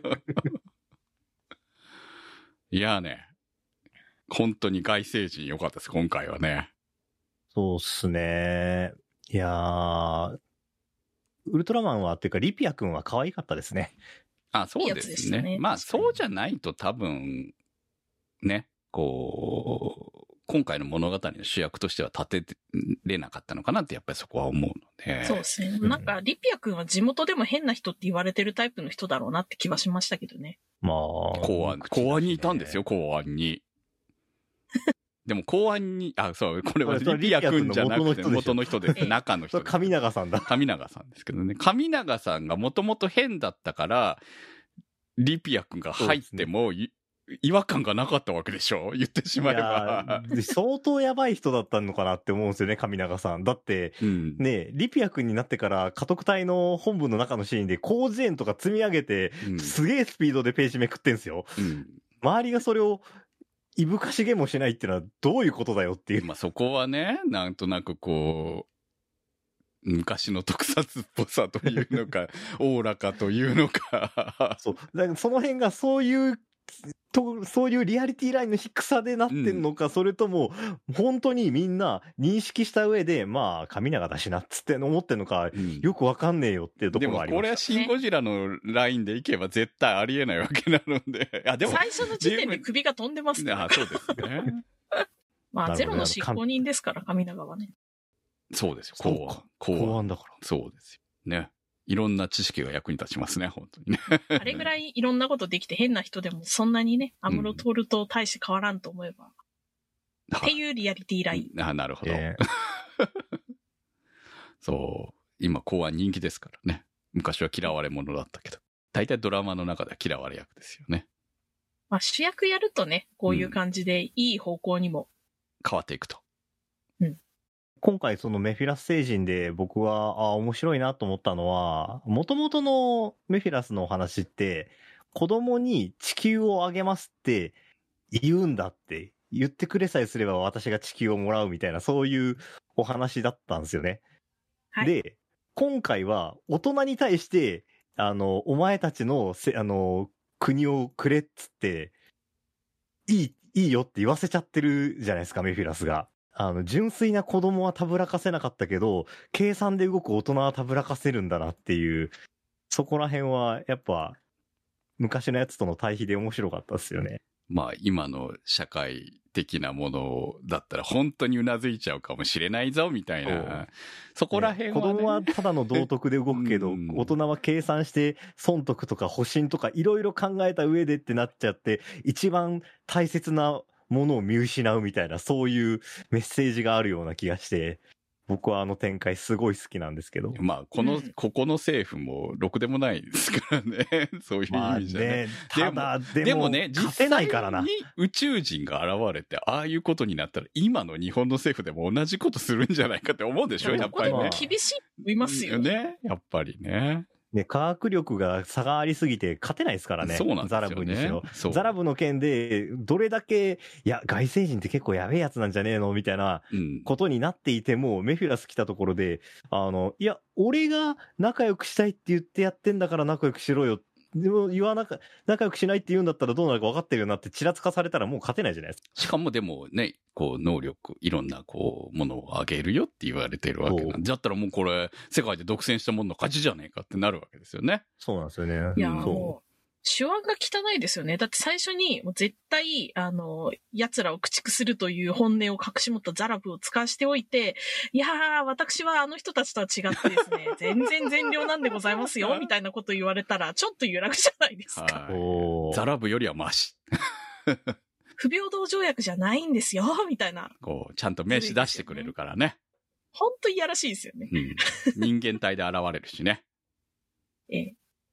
いやね、本当に外星人良かったです、今回はね。 そうっすね。いやー、ウルトラマンは、っていうか、リピア君は可愛かったですね。 そうですね。まあ、そうじゃないと多分、ね、今回の物語の主役としては立てれなかったのかなってやっぱりそこは思うので。 そうですね。なんか、リピア君は地元でも変な人って言われてるタイプの人だろうなって気はしましたけどね。 まあ。 公安にいたんですよ、公安に。でも公安に、そう、これはリピア君じゃなくて元の人です。中の人です。 上永さんだ。 上永さんですけどね。上永さんがもともと変だったから、リピア君が入っても、違和感がなかったわけでしょ、言ってしまえば。 相当やばい人だったのかなって思うんですよね、上永さん。だって、ね、リピア君になってから家督隊の本部の中のシーンで広辞苑とか積み上げて、すげえスピードでページめくってんすよ。周りがそれをいぶかしげもしないっていうのはどういうことだよっていう。 まあそこはね、なんとなく昔の特撮っぽさというのか、おおらかというのか。 そう。だからその辺がそういうリアリティラインの低さでなってんのか、それとも、本当にみんな認識した上で、まあ、神永だしなっつって思ってんのか、よくわかんねえよっていうところがあります。 でもこれはシン・ゴジラのラインでいけば絶対ありえないわけなので。でも最初の時点で首が飛んでますね。 そうですね。 まあ、ゼロの執行人ですから、神永はね。 そうですよ。 公安だから。 そうですよ。ね。いろんな知識が役に立ちますね、本当にね。 あれぐらいいろんなことできて変な人でもそんなにね、安室透と大して変わらんと思えば。っていうリアリティライン。 なるほど。そう。今、公安人気ですからね。昔は嫌われ者だったけど。大体ドラマの中では嫌われ役ですよね。 まあ主役やるとね、こういう感じでいい方向にも。 変わっていくと。 今回そのメフィラス星人で僕は面白いなと思ったのは、元々のメフィラスのお話って子供に地球をあげますって言うんだって言ってくれさえすれば私が地球をもらうみたいなそういうお話だったんですよね。はい、で、今回は大人に対してお前たちの国をくれっつっていいよって言わせちゃってるじゃないですか、メフィラスが。純粋な子供はたぶらかせなかったけど、計算で動く大人はたぶらかせるんだなっていう、そこら辺はやっぱ、昔のやつとの対比で面白かったですよね。 まあ今の社会的なものだったら本当にうなずいちゃうかもしれないぞみたいな。そこら辺は、ね、 子供はただの道徳で動くけど、大人は計算して損得とか保身とかいろいろ考えた上でってなっちゃって、一番大切なものを見失うみたいな、そういうメッセージがあるような気がして、僕は展開すごい好きなんですけど。 まあ、ここの政府もろくでもないですからね。そういう意味じゃね。でもね、実際に宇宙人が現れて、ああいうことになったら、今の日本の政府でも同じことするんじゃないかって思うでしょ、やっぱりね。 ここでも厳しいと思いますよね。やっぱりね。 ね、科学力が差がありすぎて勝てないですからね。 そうなんですよね。 ザラブにしろ。ザラブの件で、どれだけ、いや、外星人って結構やべえやつなんじゃねえのみたいなことになっていても、メフィラス来たところで、いや、俺が仲良くしたいって言ってやってんだから仲良くしろよ。でも仲良くしないって言うんだったらどうなるか分かってるよなってちらつかされたらもう勝てないじゃないですか。 しかもでもね、能力、いろんなものをあげるよって言われてるわけなんで、だったらもうこれ、世界で独占したものの勝ちじゃねえかってなるわけですよね。 そうなんですよね。 いや、もう、手腕が汚いですよね。だって最初に、もう絶対、奴らを駆逐するという本音を隠し持ったザラブを使わしておいて、いやー、私はあの人たちとは違ってですね、全然善良なんでございますよ、みたいなこと言われたら、ちょっと揺らぐじゃないですか。 ザラブよりはマシ。 不平等条約じゃないんですよ、みたいな。 ちゃんと名刺出してくれるからね。 ほんといやらしいですよね。 人間体で現れるしね。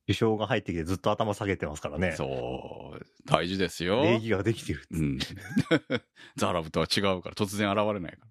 首相が入ってきてずっと頭下げてますからね。 そう、大事ですよ。 礼儀ができてる。 うん。ザラブとは違うから突然現れないから。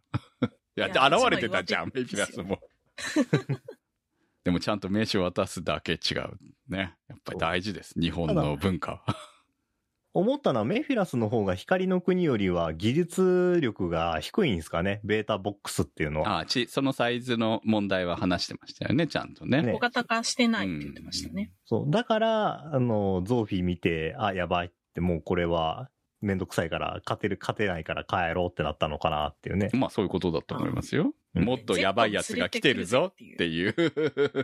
いや、現れてたじゃん、メフィラスも。でもちゃんと名刺を渡すだけ違う。ね。やっぱり大事です。日本の文化は。 思ったのはメフィラスの方が光の国よりは技術力が低いんですかね。ベータボックスっていうのは。 そのサイズの問題は話してましたよね、ちゃんとね。 小型化してないって言ってましたね。 そう。だから、ゾーフィー見て、やばいって、もうこれはめんどくさいから勝てないから帰ろうってなったのかなっていうね。 まあそういうことだと思いますよ。もっとやばいやつが来てるぞっていう。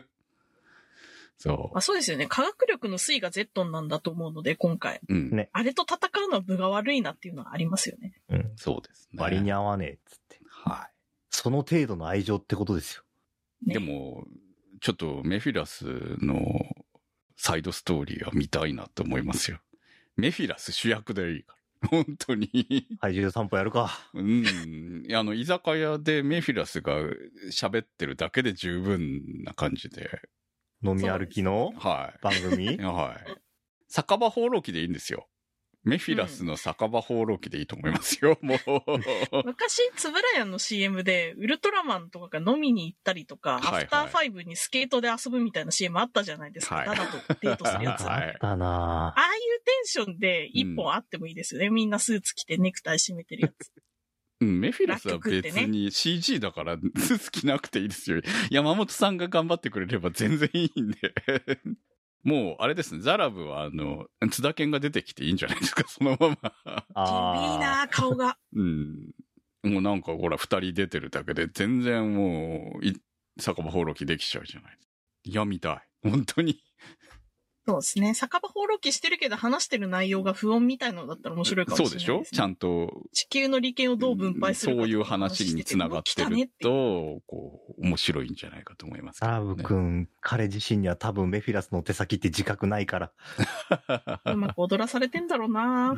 そう。 そうですよね。科学力の推移がゼットンなんだと思うので、今回。 ね。 あれと戦うのは分が悪いなっていうのはありますよね。 そうですね。 割に合わねえっつって。 はい。 その程度の愛情ってことですよ。 ね、 でも、ちょっとメフィラスのサイドストーリーは見たいなと思いますよ。メフィラス主役でいいから。本当に。 怪獣散歩やるか。 居酒屋でメフィラスが喋ってるだけで十分な感じで。 飲み歩きの番組、 はい。酒場放浪記でいいんですよ。メフィラスの酒場放浪記でいいと思いますよ、もう。 昔、つぶらやの CM で、ウルトラマンとかが飲みに行ったりとか、アフター5にスケートで遊ぶみたいな CM あったじゃないですか。ダダとデートするやつ。 あったなああいうテンションで一本あってもいいですよね。みんなスーツ着てネクタイ締めてるやつ。 メフィラスは別に CG だからスーツ着なくていいですよ。山本さんが頑張ってくれれば全然いいんで。もう、あれですね、ザラブは津田健が出てきていいんじゃないですか、そのまま。 いいな顔が。 もうなんかほら、二人出てるだけで全然もう、酒場放浪記できちゃうじゃない。いや、見たい。本当に。 そうですね。酒場放浪記してるけど話してる内容が不穏みたいなのだったら面白いかもしれないですね。 そうでしょちゃんと。 地球の利権をどう分配するか、 そういう話につながってると、面白いんじゃないかと思いますけど、ね。 ザラブ君、彼自身には多分メフィラスの手先って自覚ないから。 うまく踊らされてんだろうな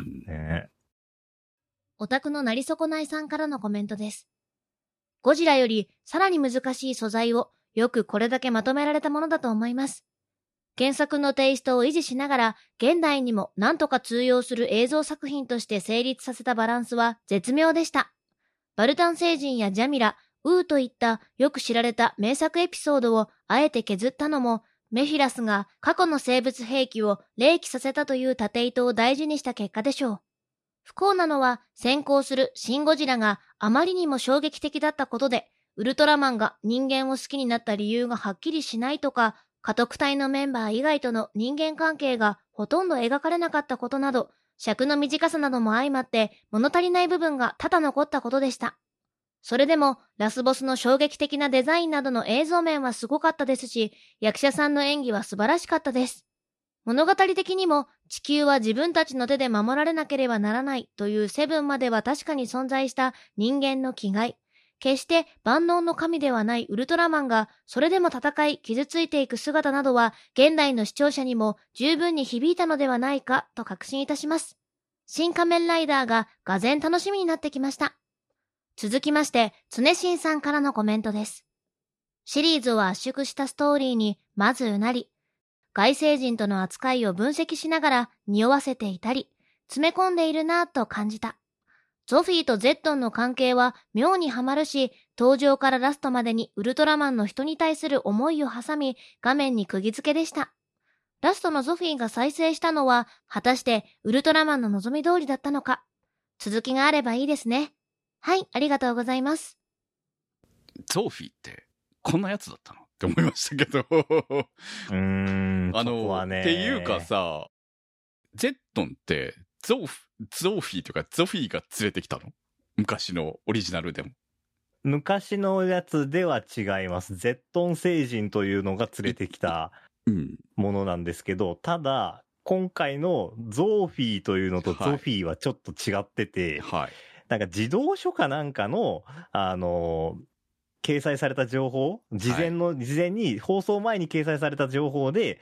オタクのなり損ないさんからのコメントです。ゴジラよりさらに難しい素材をよくこれだけまとめられたものだと思います。原作のテイストを維持しながら、現代にも何とか通用する映像作品として成立させたバランスは絶妙でした。バルタン星人やジャミラ、ウーといったよく知られた名作エピソードをあえて削ったのも、メフィラスが過去の生物兵器を冷気させたという縦糸を大事にした結果でしょう。不幸なのは先行するシン・ゴジラがあまりにも衝撃的だったことで、ウルトラマンが人間を好きになった理由がはっきりしないとか、家督隊のメンバー以外との人間関係がほとんど描かれなかったことなど、尺の短さなども相まって物足りない部分が多々残ったことでした。それでもラスボスの衝撃的なデザインなどの映像面はすごかったですし、役者さんの演技は素晴らしかったです。物語的にも地球は自分たちの手で守られなければならないというセブンまでは確かに存在した人間の気概。決して万能の神ではないウルトラマンがそれでも戦い傷ついていく姿などは現代の視聴者にも十分に響いたのではないかと確信いたします。新仮面ライダーが俄然楽しみになってきました。続きまして常新さんからのコメントです。シリーズを圧縮したストーリーにまずうなり、外星人との扱いを分析しながら匂わせていたり、詰め込んでいるなぁと感じた。ゾフィーとゼットンの関係は妙にはまるし、登場からラストまでにウルトラマンの人に対する思いを挟み、画面に釘付けでした。ラストのゾフィーが再生したのは、果たしてウルトラマンの望み通りだったのか。続きがあればいいですね。はい、ありがとうございます。 ゾフィーってこんなやつだったのって思いましたけど。 そこはね。 っていうかさ、ゼットンってゾフィーとかゾフィーが連れてきたの？昔のオリジナルでも。 昔のやつでは違います。ゼットン星人というのが連れてきたものなんですけど、ただ、今回のゾーフィーというのとゾフィーはちょっと違ってて、なんか児童書かなんかの、掲載された情報、事前に、放送前に掲載された情報で、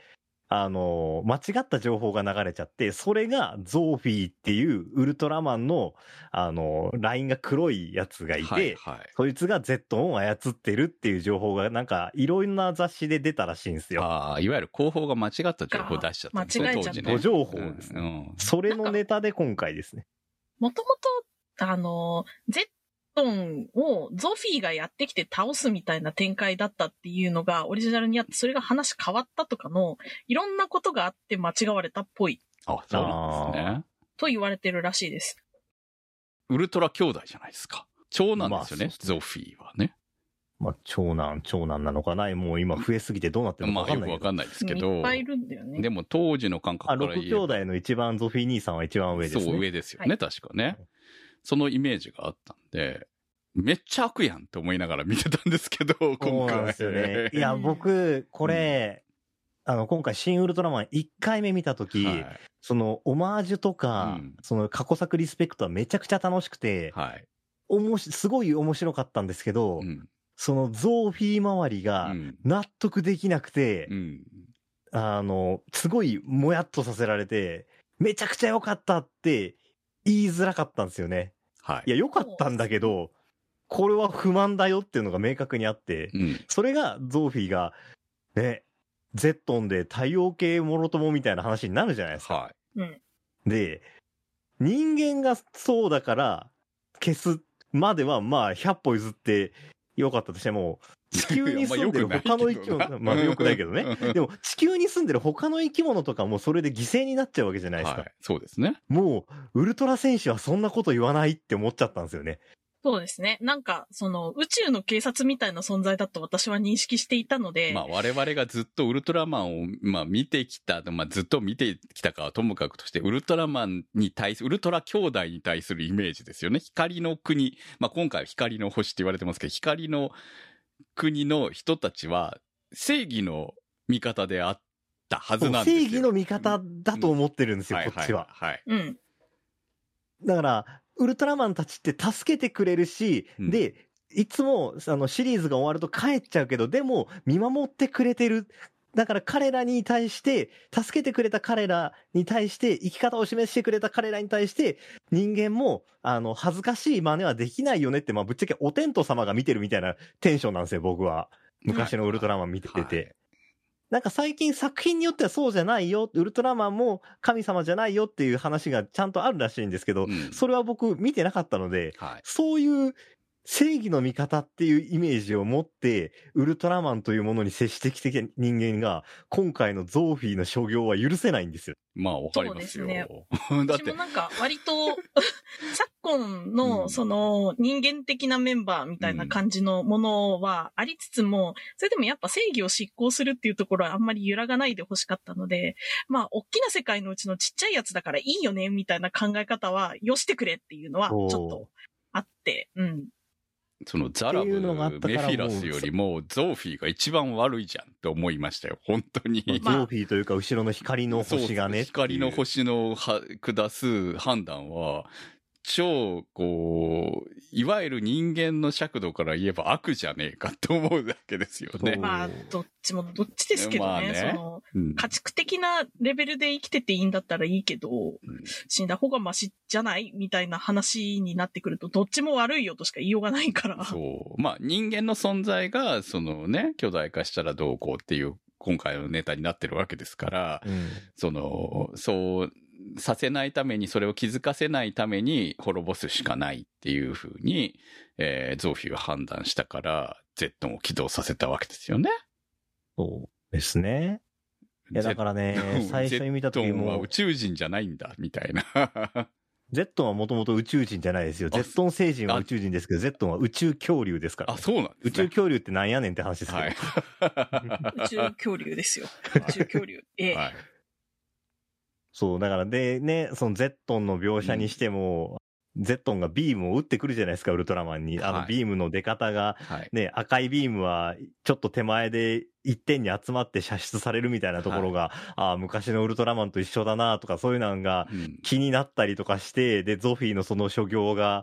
間違った情報が流れちゃって、それがゾーフィーっていうウルトラマンの、ラインが黒いやつがいて、 はいはい。 そいつがゼットンを操ってるっていう情報がなんかいろんな雑誌で出たらしいんですよ。 ああ、いわゆる広報が間違った情報を出しちゃったんですね、 間違えちゃった当時ね。 誤情報ですね。 うんそれのネタで今回ですね。 もともと、ゼットンをゾフィーがやってきて倒すみたいな展開だったっていうのがオリジナルにあって、それが話変わったとかの、いろんなことがあって間違われたっぽいあ、そうなんですね。 と言われてるらしいです。 ウルトラ兄弟じゃないですか。長男ですよね、 まあゾフィーはね。 まあ、長男なのかな、もう今増えすぎてどうなってるのか分かんないけど。 まあよくわかんないですけど。 いっぱいいるんだよね。 でも当時の感覚から 6兄弟の一番ゾフィー兄さんは一番上ですね。 そう、上ですよね、 はい確かね。そのイメージがあったんで、めっちゃ悪やんって思いながら見てたんですけど、今回。 そうなんですよね。いや、僕、これ、今回、新ウルトラマン1回目見たとき、 はいその、オマージュとか、 うんその過去作リスペクトはめちゃくちゃ楽しくて、 はい。 すごい面白かったんですけど、 うん。 そのゾーフィー周りうがん。 納得できなくて、 うん。 すごいもやっとさせられて、めちゃくちゃ良かったって言いづらかったんですよね。 はい。 いや、良かったんだけど、これは不満だよっていうのが明確にあって、 うん。 それがゾーフィーが、ね、ゼットンで太陽系もろともみたいな話になるじゃないですか。 はうん。 で、人間がそうだから消すまではまあ100歩譲って良かったとしても、地球に住んでる他の生き物、まあ良くないけどね。でも地球に住んでる他の生き物とかもそれで犠牲になっちゃうわけじゃないですか。 はい。そうですね。 もう、ウルトラ戦士はそんなこと言わないって思っちゃったんですよね。 そうですね。なんか、宇宙の警察みたいな存在だと私は認識していたので、 まあ我々がずっとウルトラマンを、まあ見てきた、まあずっと見てきたかはともかくとして、ウルトラマンに対する、ウルトラ兄弟に対するイメージですよね。光の国。まあ今回は光の星って言われてますけど、光の国の人たちは正義の味方であったはずなんですよ。 正義の味方だと思ってるんですよ、 はいこっちは。 はい。 うん。 だから、ウルトラマンたちって助けてくれるし、 うんで、いつも、シリーズが終わると帰っちゃうけど、でも、見守ってくれてる。だから彼らに対して、助けてくれた彼らに対して、生き方を示してくれた彼らに対して、人間も、恥ずかしい真似はできないよねって、まあ、ぶっちゃけお天道様が見てるみたいなテンションなんですよ、僕は。昔のウルトラマン見てて。 はいなんか最近作品によってはそうじゃないよ、ウルトラマンも神様じゃないよっていう話がちゃんとあるらしいんですけど、 うんそれは僕見てなかったので、 はい。 そういう正義の味方っていうイメージを持って、ウルトラマンというものに接してきて人間が、今回のゾーフィーの所業は許せないんですよ。 まあわかりますよ。 そうですだって私も、なんか割と、昨今のうん人間的なメンバーみたいな感じのものはありつつも、それでもやっぱ正義を執行するっていうところはあんまり揺らがないでほしかったので、まあ、大きな世界のうちのちっちゃいやつだからいいよね、みたいな考え方は、よしてくれっていうのはちょっとあって、うん。 そのザラブ、 っていうのがあったからメフィラスよりもゾーフィーが一番悪いじゃんって思いましたよ。本当に。 まあゾーフィーというか後ろの光の星がね。 そう光の星の下す判断は、超、こう、いわゆる人間の尺度から言えば悪じゃねえかと思うだけですよね。 まあ、どっちですけどね。 まあねうん家畜的なレベルで生きてていいんだったらいいけど、 うん死んだ方がマシじゃないみたいな話になってくると、どっちも悪いよとしか言いようがないから。 そう。まあ人間の存在が、そのね、巨大化したらどうこうっていう、今回のネタになってるわけですから、 うんそうさせないために、それを気づかせないために滅ぼすしかないっていうふうに、ゾーフィーは判断したから、ゼットンを起動させたわけですよね。 そうですね。いやだからね、最初に見た時ゼットンはも宇、宙人じゃないんだ、みたいな。 ゼットンはもともと宇宙人じゃないですよ。 あゼットン星人は宇宙人ですけど、ゼットンは宇宙恐竜ですから、 あ、そうなんですね。 宇宙恐竜ってなんやねんって話ですけど。 はい。 宇宙恐竜ですよ。宇宙恐竜。 はい。 そう、だからでね、そのゼットンの描写にしても、ゼットンがビームを撃ってくるじゃないですか、ウルトラマンに。 はいビームの出方が、 はい。 ね、赤いビームはちょっと手前で一点に集まって射出されるみたいなところが、ああ、昔のウルトラマンと一緒だなとか、そういうのがうん気になったりとかして、で、ゾフィーのその所業が、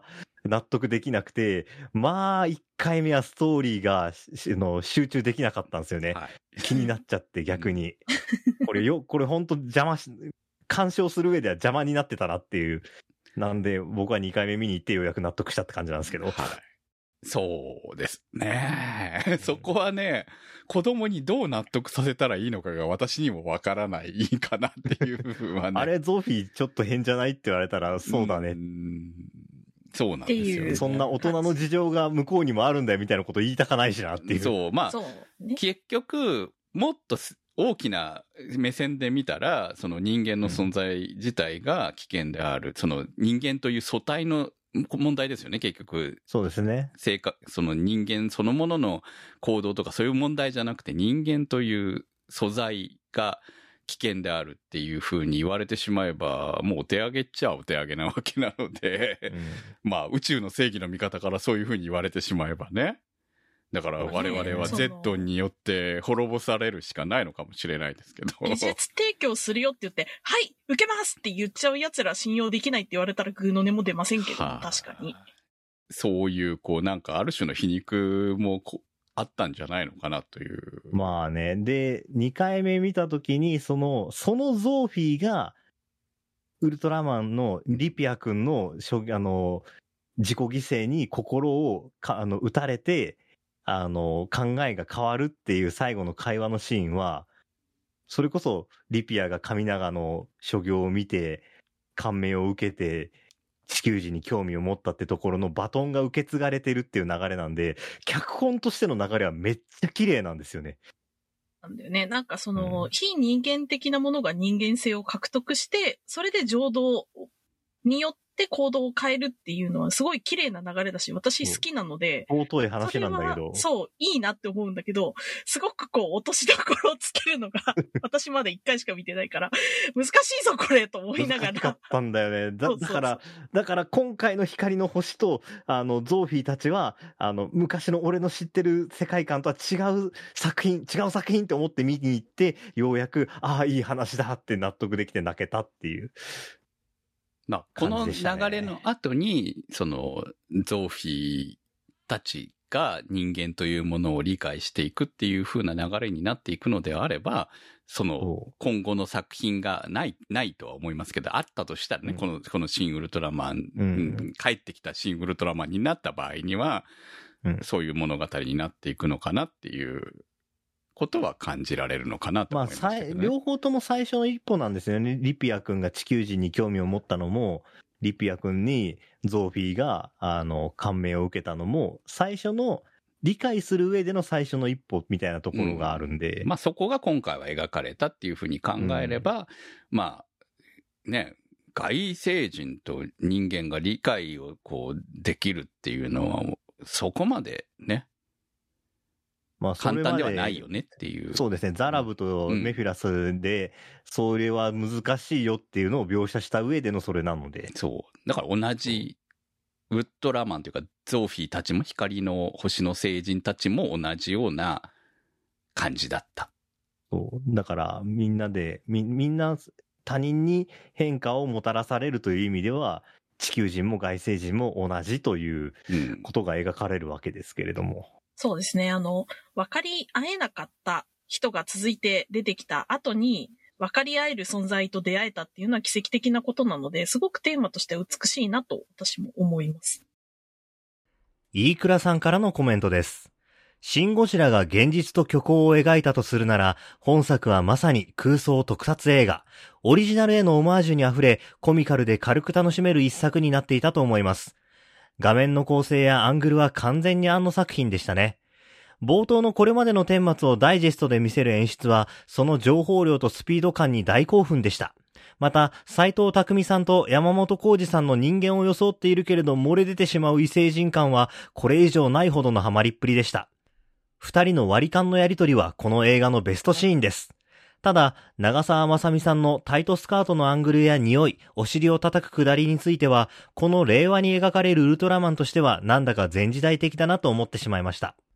納得できなくて、まあ、1回目はストーリーが集中できなかったんですよね。 はい、 気になっちゃって逆に。これ本当鑑賞する上では邪魔になってたなっていう。なんで僕は2回目見に行ってようやく納得したって感じなんですけど。 はい。そうですね。そこはね、子供にどう納得させたらいいのかが私にもわからないかなっていう部分はね。 あれ、ゾフィーちょっと変じゃないって言われたら、そうだね。 そうなんですよね。 そんな大人の事情が向こうにもあるんだよみたいなこと言いたかないしなっていう。 そう、まあ、ね、結局、もっと大きな目線で見たら、その人間の存在自体が危険である。その人間という素体の問題ですよね、結局。 そうですね。 その人間そのものの行動とかそういう問題じゃなくて、人間という素材が危険であるっていうふうに言われてしまえば、もうお手上げっちゃお手上げなわけなので、まあ宇宙の正義の味方からそういうふうに言われてしまえばね。だから我々は Z によって滅ぼされるしかないのかもしれないですけど。 技術提供するよって言って、はい、受けますって言っちゃう奴ら信用できないって言われたらグーの音も出ませんけど、確かに。 そういう、なんかある種の皮肉もあったんじゃないのかなという。 まあね。で、2回目見たときに、そのゾーフィーが、ウルトラマンのリピア君の、自己犠牲に心を打たれて、考えが変わるっていう最後の会話のシーンは、それこそリピアが神長の所業を見て、感銘を受けて、地球人に興味を持ったってところのバトンが受け継がれてるっていう流れなんで、脚本としての流れはめっちゃ綺麗なんですよね。 なんだよね。なんか非人間的なものが人間性を獲得して、それで情動によって行動を変えるっていうのはすごい綺麗な流れだし、私好きなので。 尊い話なんだけど。 そう、いいなって思うんだけど、すごく落としどころをつけるのが、私まだ1回しか見てないから、難しいぞこれと思いながら。 難しかったんだよね。だから今回の光の星と、ゾーフィーたちは、昔の俺の知ってる世界観とは違う作品って思って見に行って、ようやく、ああ、いい話だって納得できて泣けたっていう。 まあ、この流れの後に、ゾーフィーたちが人間というものを理解していくっていう風な流れになっていくのであれば、今後の作品がないとは思いますけど、あったとしたらね、このシン・ウルトラマン、帰ってきたシン・ウルトラマンになった場合には、そういう物語になっていくのかなっていうことは感じられるのかなと思いますけどね。 両方とも最初の一歩なんですよね。リピア君が地球人に興味を持ったのも、リピア君にゾーフィーが、感銘を受けたのも、最初の理解する上での最初の一歩みたいなところがあるんで。 まあそこが今回は描かれたっていうふうに考えれば、まあ、ね、外星人と人間が理解をできるっていうのは、そこまでね、まあ、簡単ではないよねっていう。 そうですね。ザラブとメフィラスで、それは難しいよっていうのを描写した上でのそれなので。 そう。だから同じ、ウルトラマンというか、ゾーフィーたちも光の星の星人たちも同じような感じだった。 そう。だから、みんな他人に変化をもたらされるという意味では、地球人も外星人も同じということが描かれるわけですけれども。 そうですね。分かり合えなかった人が続いて出てきた後に、分かり合える存在と出会えたっていうのは奇跡的なことなので、すごくテーマとしては美しいなと私も思います。 飯倉さんからのコメントです。シン・ゴジラが現実と虚構を描いたとするなら、本作はまさに空想特撮映画。オリジナルへのオマージュに溢れ、コミカルで軽く楽しめる一作になっていたと思います。画面の構成やアングルは完全に庵野作品でしたね。冒頭のこれまでの顛末をダイジェストで見せる演出は、その情報量とスピード感に大興奮でした。また、斎藤工さんと山本浩二さんの人間を装っているけれど漏れ出てしまう異星人感は、これ以上ないほどのハマりっぷりでした。二人の割り勘のやりとりはこの映画のベストシーンです。ただ、長澤まさみさんのタイトスカートのアングルや匂い、お尻を叩くくだりについては、この令和に描かれるウルトラマンとしてはなんだか前時代的だなと思ってしまいました。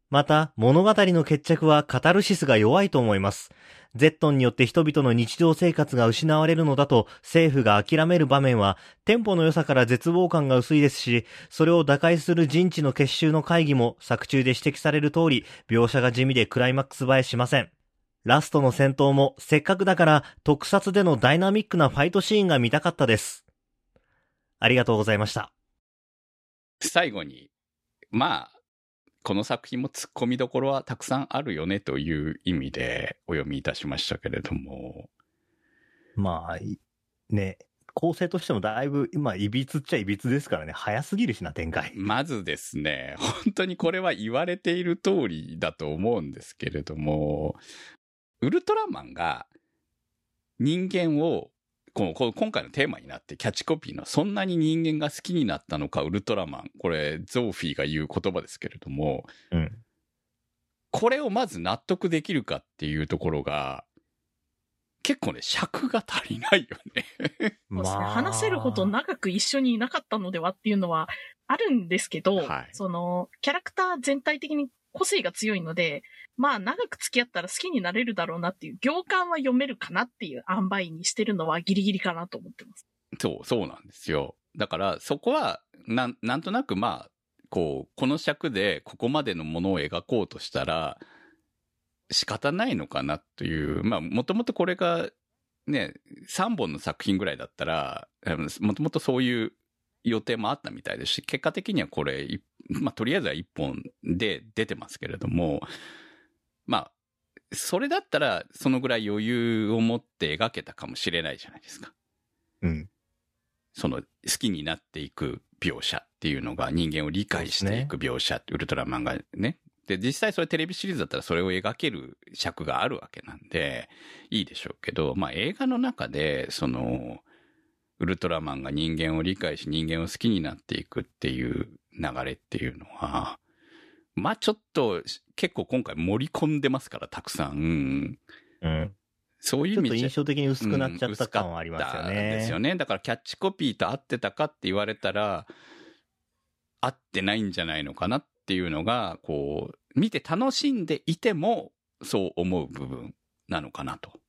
また、物語の決着はカタルシスが弱いと思います。ゼットンによって人々の日常生活が失われるのだと政府が諦める場面は、テンポの良さから絶望感が薄いですし、それを打開する人知の結集の会議も作中で指摘される通り、描写が地味でクライマックス映えしません。ラストの戦闘もせっかくだから特撮でのダイナミックなファイトシーンが見たかったです。ありがとうございました。 最後に、まあ、この作品も突っ込みどころはたくさんあるよねという意味でお読みいたしましたけれども。 まあ、ね、構成としてもだいぶ、今、いびつっちゃいびつですからね、早すぎるしな、展開。 まずですね、本当にこれは言われている通りだと思うんですけれども、ウルトラマンが人間を、今回のテーマになってキャッチコピーのそんなに人間が好きになったのかウルトラマン、これゾーフィーが言う言葉ですけれども、 うん、 これをまず納得できるかっていうところが結構ね、尺が足りないよね。 そうですね、話せるほど長く一緒にいなかったのではっていうのはあるんですけど、 はい、 そのキャラクター全体的に個性が強いので、まあ長く付き合ったら好きになれるだろうなっていう行間は読めるかなっていう塩梅にしてるのはギリギリかなと思ってます。 そうなんですよ。だからそこはなんとなくまあこの尺でここまでのものを描こうとしたら仕方ないのかなという、まあもともとこれがね3本の作品ぐらいだったらもともとそういう予定もあったみたいですし、結果的にはこれまあとりあえずは1本で出てますけれども、まあそれだったらそのぐらい余裕を持って描けたかもしれないじゃないですか。 うん。 その好きになっていく描写っていうのが人間を理解していく描写、ウルトラマンがね。で、実際それテレビシリーズだったらそれを描ける尺があるわけなんで、いいでしょうけど、まあ映画の中で、ウルトラマンが人間を理解し人間を好きになっていくっていう流れっていうのは、まあちょっと結構今回盛り込んでますからたくさん。 うん。 そういう意味でちょっと印象的に薄くなっちゃった感はありますよね。 ですよね。だからキャッチコピーと合ってたかって言われたら合ってないんじゃないのかなっていうのが見て楽しんでいてもそう思う部分なのかなと。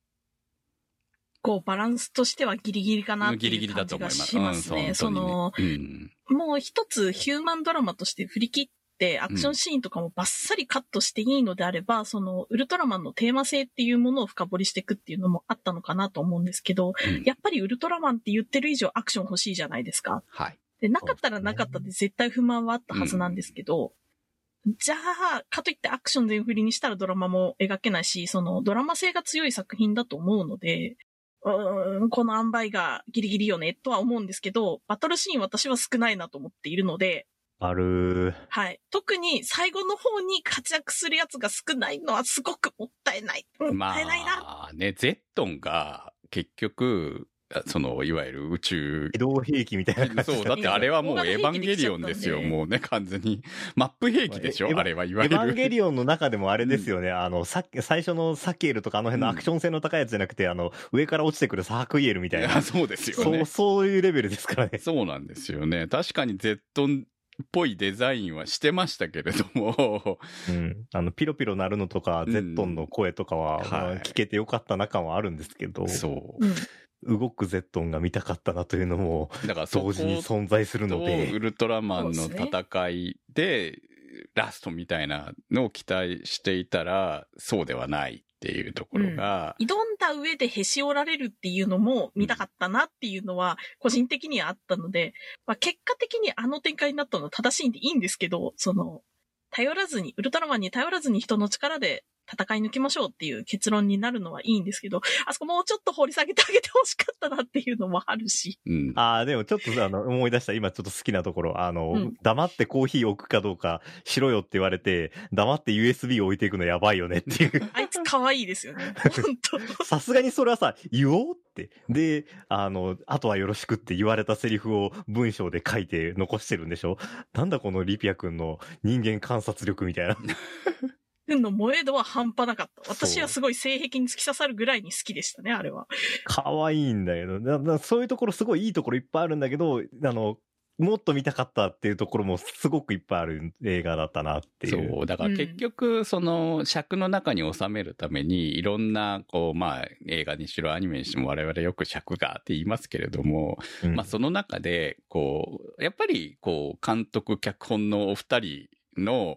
バランスとしてはギリギリかなっていう感じがしますね。もう一つヒューマンドラマとして振り切ってアクションシーンとかもバッサリカットしていいのであれば、ウルトラマンのテーマ性っていうものを深掘りしていくっていうのもあったのかなと思うんですけど、やっぱりウルトラマンって言ってる以上アクション欲しいじゃないですか。 はい。 で、なかったらなかったで絶対不満はあったはずなんですけど、じゃあ、かといってアクション全振りにしたらドラマも描けないし、ドラマ性が強い作品だと思うので、この塩梅がギリギリよねとは思うんですけど、バトルシーン私は少ないなと思っているので、はい。特に最後の方に活躍するやつが少ないのはすごくもったいない。もったいないな。 まあね、ゼットンが結局、いわゆる宇宙移動兵器みたいな感じ。 そう、だってあれはもうエヴァンゲリオンですよ。もうね、完全に。マップ兵器でしょあれはいわゆる。 エヴァンゲリオンの中でもあれですよね。最初のサキエルとかあの辺のアクション性の高いやつじゃなくて、上から落ちてくるサークイエルみたいな。 そうですよね。 そういうレベルですからね。 そうなんですよね。確かにゼットンっぽいデザインはしてましたけれども。 うん。ピロピロ鳴るのとか、ゼットンの声とかは、聞けてよかったな感はあるんですけど。 そう。 動くゼットンが見たかったなというのも同時に存在するので、 ウルトラマンの戦いでラストみたいなのを期待していたらそうではないっていうところが、 挑んだ上でへし折られるっていうのも見たかったなっていうのは個人的にはあったので、結果的にあの展開になったのは正しいんでいいんですけど、頼らずにウルトラマンに頼らずに人の力で戦い抜きましょうっていう結論になるのはいいんですけど、あそこもうちょっと掘り下げてあげてほしかったなっていうのもあるし。 でもちょっと思い出した、今ちょっと好きなところ、黙ってコーヒー置くかどうかしろよって言われて、黙って USB 置いていくのやばいよねっていう。 あいつ可愛いですよね。本当。 さすがにそれはさ、言おうって。で、あとはよろしくって言われたセリフを文章で書いて残してるんでしょ？なんだこのリピア君の人間観察力みたいな。 の萌え度は半端なかった。私はすごい性癖に突き刺さるぐらいに好きでしたね、あれは。 可愛いんだけど、そういうところすごいいいところいっぱいあるんだけど、 もっと見たかったっていうところもすごくいっぱいある映画だったなっていう。 そう、だから結局、その尺の中に収めるために、いろんな、こう、まあ、映画にしろアニメにしても我々よく尺がって言いますけれども、まあ、その中で、こう、やっぱり、こう、監督、脚本のお二人の、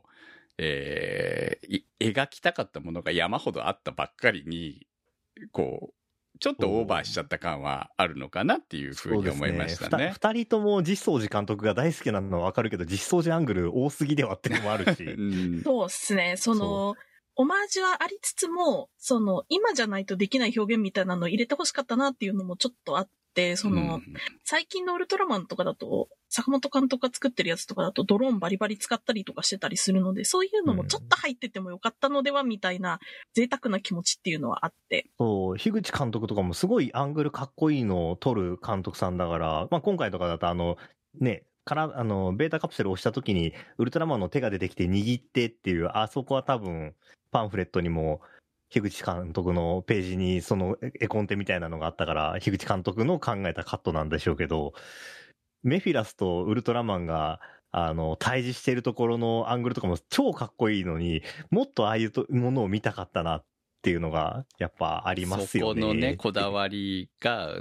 描きたかったものが山ほどあったばっかりに、こう、ちょっとオーバーしちゃった感はあるのかなっていうふうに思いましたね。 二人とも実相寺監督が大好きなのはわかるけど、実相寺アングル多すぎではっていうのもあるし。 そうですね。オマージュはありつつも、今じゃないとできない表現みたいなのを入れてほしかったなっていうのもちょっとあって、最近のウルトラマンとかだと、坂本監督が作ってるやつとかだとドローンバリバリ使ったりとかしてたりするので、そういうのもちょっと入っててもよかったのではみたいな贅沢な気持ちっていうのはあって。 そう、樋口監督とかもすごいアングルかっこいいのを撮る監督さんだから、まあ今回とかだとベータカプセルを押した時にウルトラマンの手が出てきて握ってっていう、あそこは多分パンフレットにも樋口監督のページにその絵コンテみたいなのがあったから、樋口監督の考えたカットなんでしょうけど、メフィラスとウルトラマンが対峙しているところのアングルとかも超かっこいいのに、もっとああいうものを見たかったなっていうのがやっぱありますよね。 そこのね、こだわりが、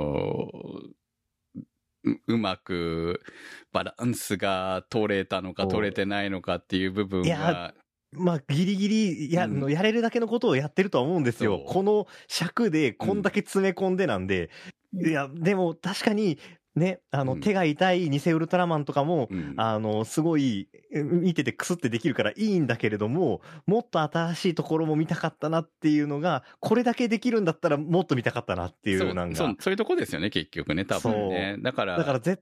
うまくバランスが取れたのか取れてないのかっていう部分が。 まあ、ギリギリやれるだけのことをやってるとは思うんですよ。この尺でこんだけ詰め込んでなんで。いや、でも確かに、ね、手が痛い偽ウルトラマンとかも、すごい、見ててクスってできるからいいんだけれども、もっと新しいところも見たかったなっていうのが、これだけできるんだったらもっと見たかったなっていうなんか。 そういうとこですよね、結局ね、多分ね。だから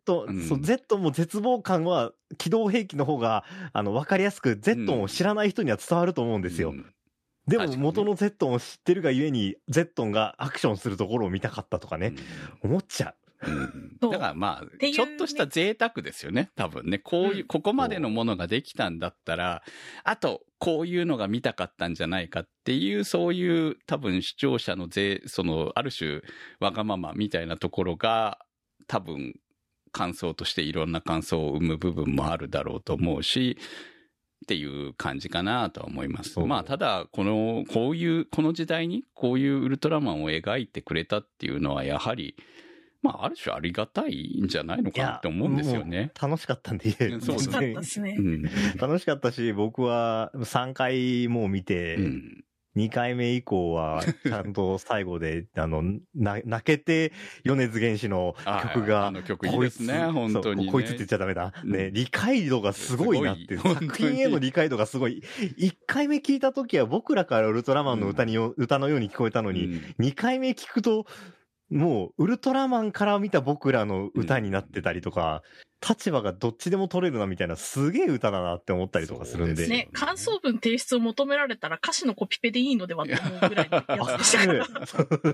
Z、Z も絶望感は、機動兵器の方が、わかりやすく、Z を知らない人には伝わると思うんですよ。でも元の Z を知ってるがゆえに、Z がアクションするところを見たかったとかね、思っちゃう。 だからまあ、ちょっとした贅沢ですよね、多分ね。ここまでのものができたんだったら、あと、こういうのが見たかったんじゃないかっていう、そういう多分視聴者のある種、わがままみたいなところが、多分、感想としていろんな感想を生む部分もあるだろうと思うし、っていう感じかなとは思います。まあ、ただ、この時代にこういうウルトラマンを描いてくれたっていうのは、やはり、まあ、ある種ありがたいんじゃないのかなって思うんですよね。 楽しかったんで。 そう楽しかったですね。 楽しかったし、僕は3回もう見て、2回目以降は、ちゃんと最後で、泣けて、米津玄師の曲が、 曲いいですね、本当に、ね。 こいつって言っちゃダメだ。ね、理解度がすごいなって、作品への理解度がすごい。1回目聞いた時は僕らからウルトラマンの歌のように聞こえたのに、2回目聞くと、もう、ウルトラマンから見た僕らの歌になってたりとか、立場がどっちでも取れるなみたいな、すげえ歌だなって思ったりとかするんで。 ね、感想文提出を求められたら歌詞のコピペでいいのではって思うぐらいのやつでしたから。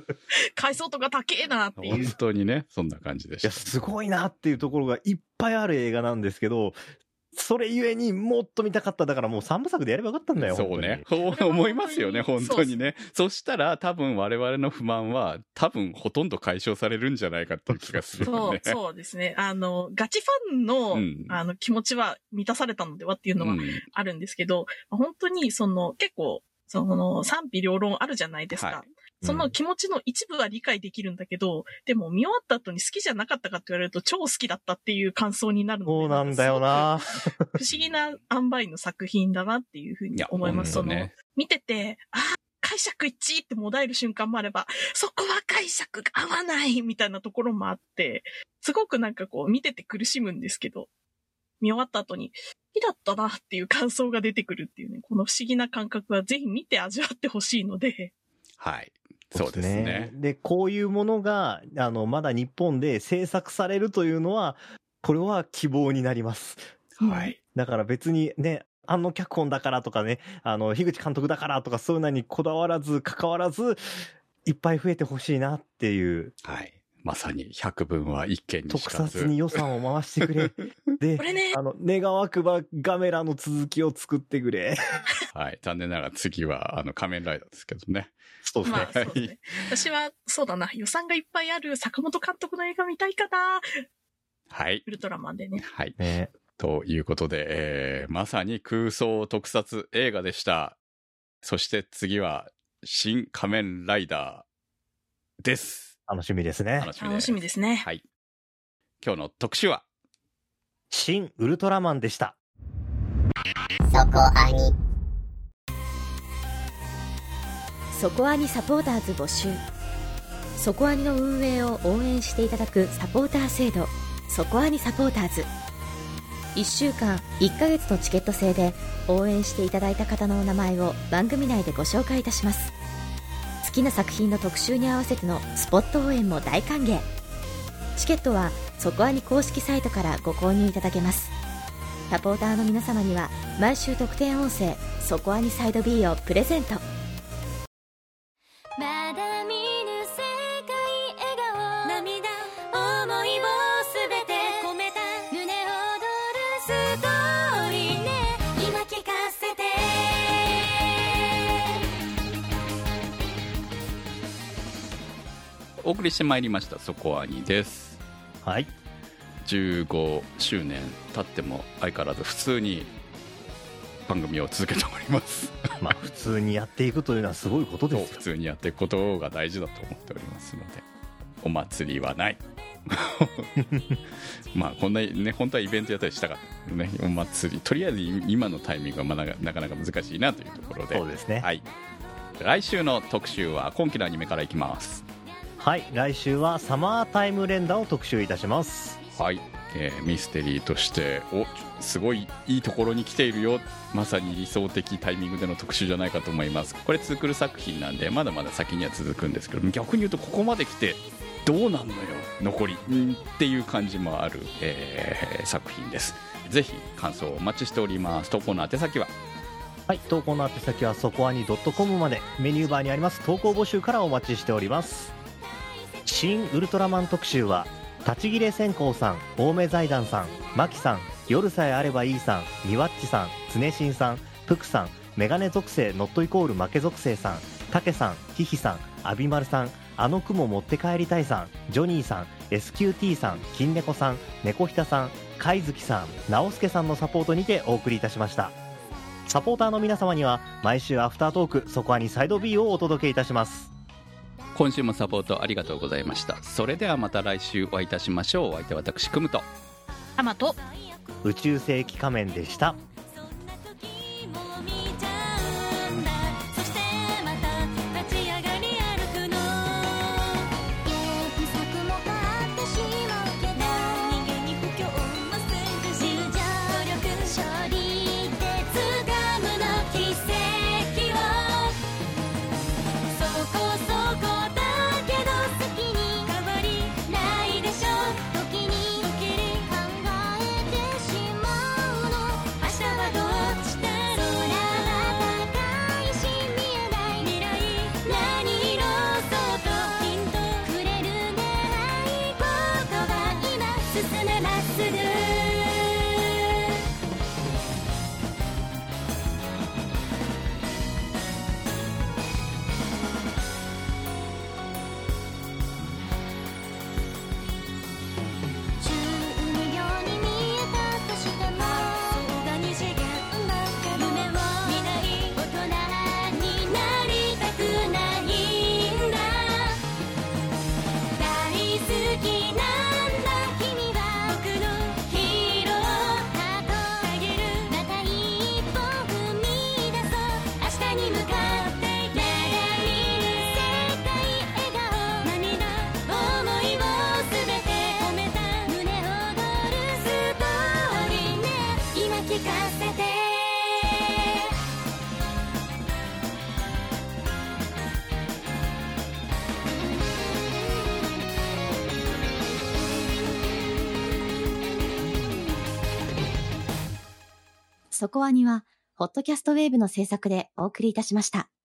回想とか高えなっていう。 本当にね、そんな感じでした。 いや、すごいなっていうところがいっぱいある映画なんですけど、それゆえにもっと見たかった。だからもう3部作でやればよかったんだよ。 そうね。そう思いますよね、本当にね。そしたら多分我々の不満は多分ほとんど解消されるんじゃないかっていう気がするよね。 そうですね。ガチファンの、気持ちは満たされたのではっていうのはあるんですけど、本当に結構、賛否両論あるじゃないですか。はい、その気持ちの一部は理解できるんだけど、でも見終わった後に好きじゃなかったかって言われると超好きだったっていう感想になるので。 そうなんだよな。 不思議な塩梅の作品だなっていうふうに思います。見てて、解釈一致ってもだえる瞬間もあれば、そこは解釈が合わないみたいなところもあって、すごくなんかこう見てて苦しむんですけど、見終わった後に、好きだったなっていう感想が出てくるっていうね、この不思議な感覚はぜひ見て味わってほしいので。 はい。そうですね。 で、こういうものが、まだ日本で制作されるというのは、これは希望になります。 はい。 だから別にね、脚本だからとかね、樋口監督だからとかそういうのにこだわらず、関わらず、いっぱい増えてほしいなっていう。 はい。まさに百聞は一見にしかず。 特撮に予算を回してくれ。で、 これね、 願わくばガメラの続きを作ってくれ。 はい。残念ながら次は、仮面ライダーですけどね。 そうですね。 そうですね。私は、そうだな、予算がいっぱいある坂本監督の映画見たいかな。 はい。 ウルトラマンでね。 はい。ということで、まさに空想特撮映画でした。そして次は、新仮面ライダーです。 楽しみですね。 楽しみですね。 はい。今日の特集は、 新ウルトラマンでした。 そこアニ。 そこアニサポーターズ募集。そこアニの運営を応援していただくサポーター制度、そこアニサポーターズ。1週間1ヶ月のチケット制で応援していただいた方のお名前を番組内でご紹介いたします。好きな作品の特集に合わせてのスポット応援も大歓迎。チケットはそこアニ公式サイトからご購入いただけます。サポーターの皆様には毎週特典音声そこアニサイド B をプレゼント。まだ見ぬ世界笑顔涙思いをすべて込めた胸躍るストーリーね今聞かせて。 お送りしてまいりましたそこアニです。 はい。 15周年経っても相変わらず普通に番組を続けております。 まあ普通にやっていくというのはすごいことですよ。 普通にやっていくことが大事だと思っておりますので、お祭りはない。まあこんなね、本当はイベントやったりしたかったね。お祭りとりあえず今のタイミングはまだなかなか難しいなというところで。 そうですね。 はい。来週の特集は今期のアニメからいきます。 はい。来週はサマータイム連打を特集いたします。 はい。ミステリーとしてすごいいいところに来ているよ、まさに理想的タイミングでの特集じゃないかと思います。これツークル作品なんでまだまだ先には続くんですけど、逆に言うとここまで来てどうなんのよ残りっていう感じもある、作品です。ぜひ感想をお待ちしております。投稿の宛先は、 はい、投稿の宛先はそこアニ .com まで。メニューバーにあります投稿募集からお待ちしております。新ウルトラマン特集は立ち切れ線香さん、青梅財団さん、マキさん、夜さえあればいいさん、ニワッチさん、常新さん、プクさん、メガネ属性ノットイコール負け属性さん、タケさん、ヒヒさん、アビマルさん、あの雲持って帰りたいさん、ジョニーさん、SQT さん、金猫さん、猫ひたさん、貝月さん、直輔さんのサポートにてお送りいたしました。サポーターの皆様には毎週アフタートークそこアニサイド B をお届けいたします。 今週もサポートありがとうございました。それではまた来週お会いいたしましょう。お相手は私クムとタマと宇宙世紀仮面でした。 そこアニは、ホットキャストウェーブの制作でお送りいたしました。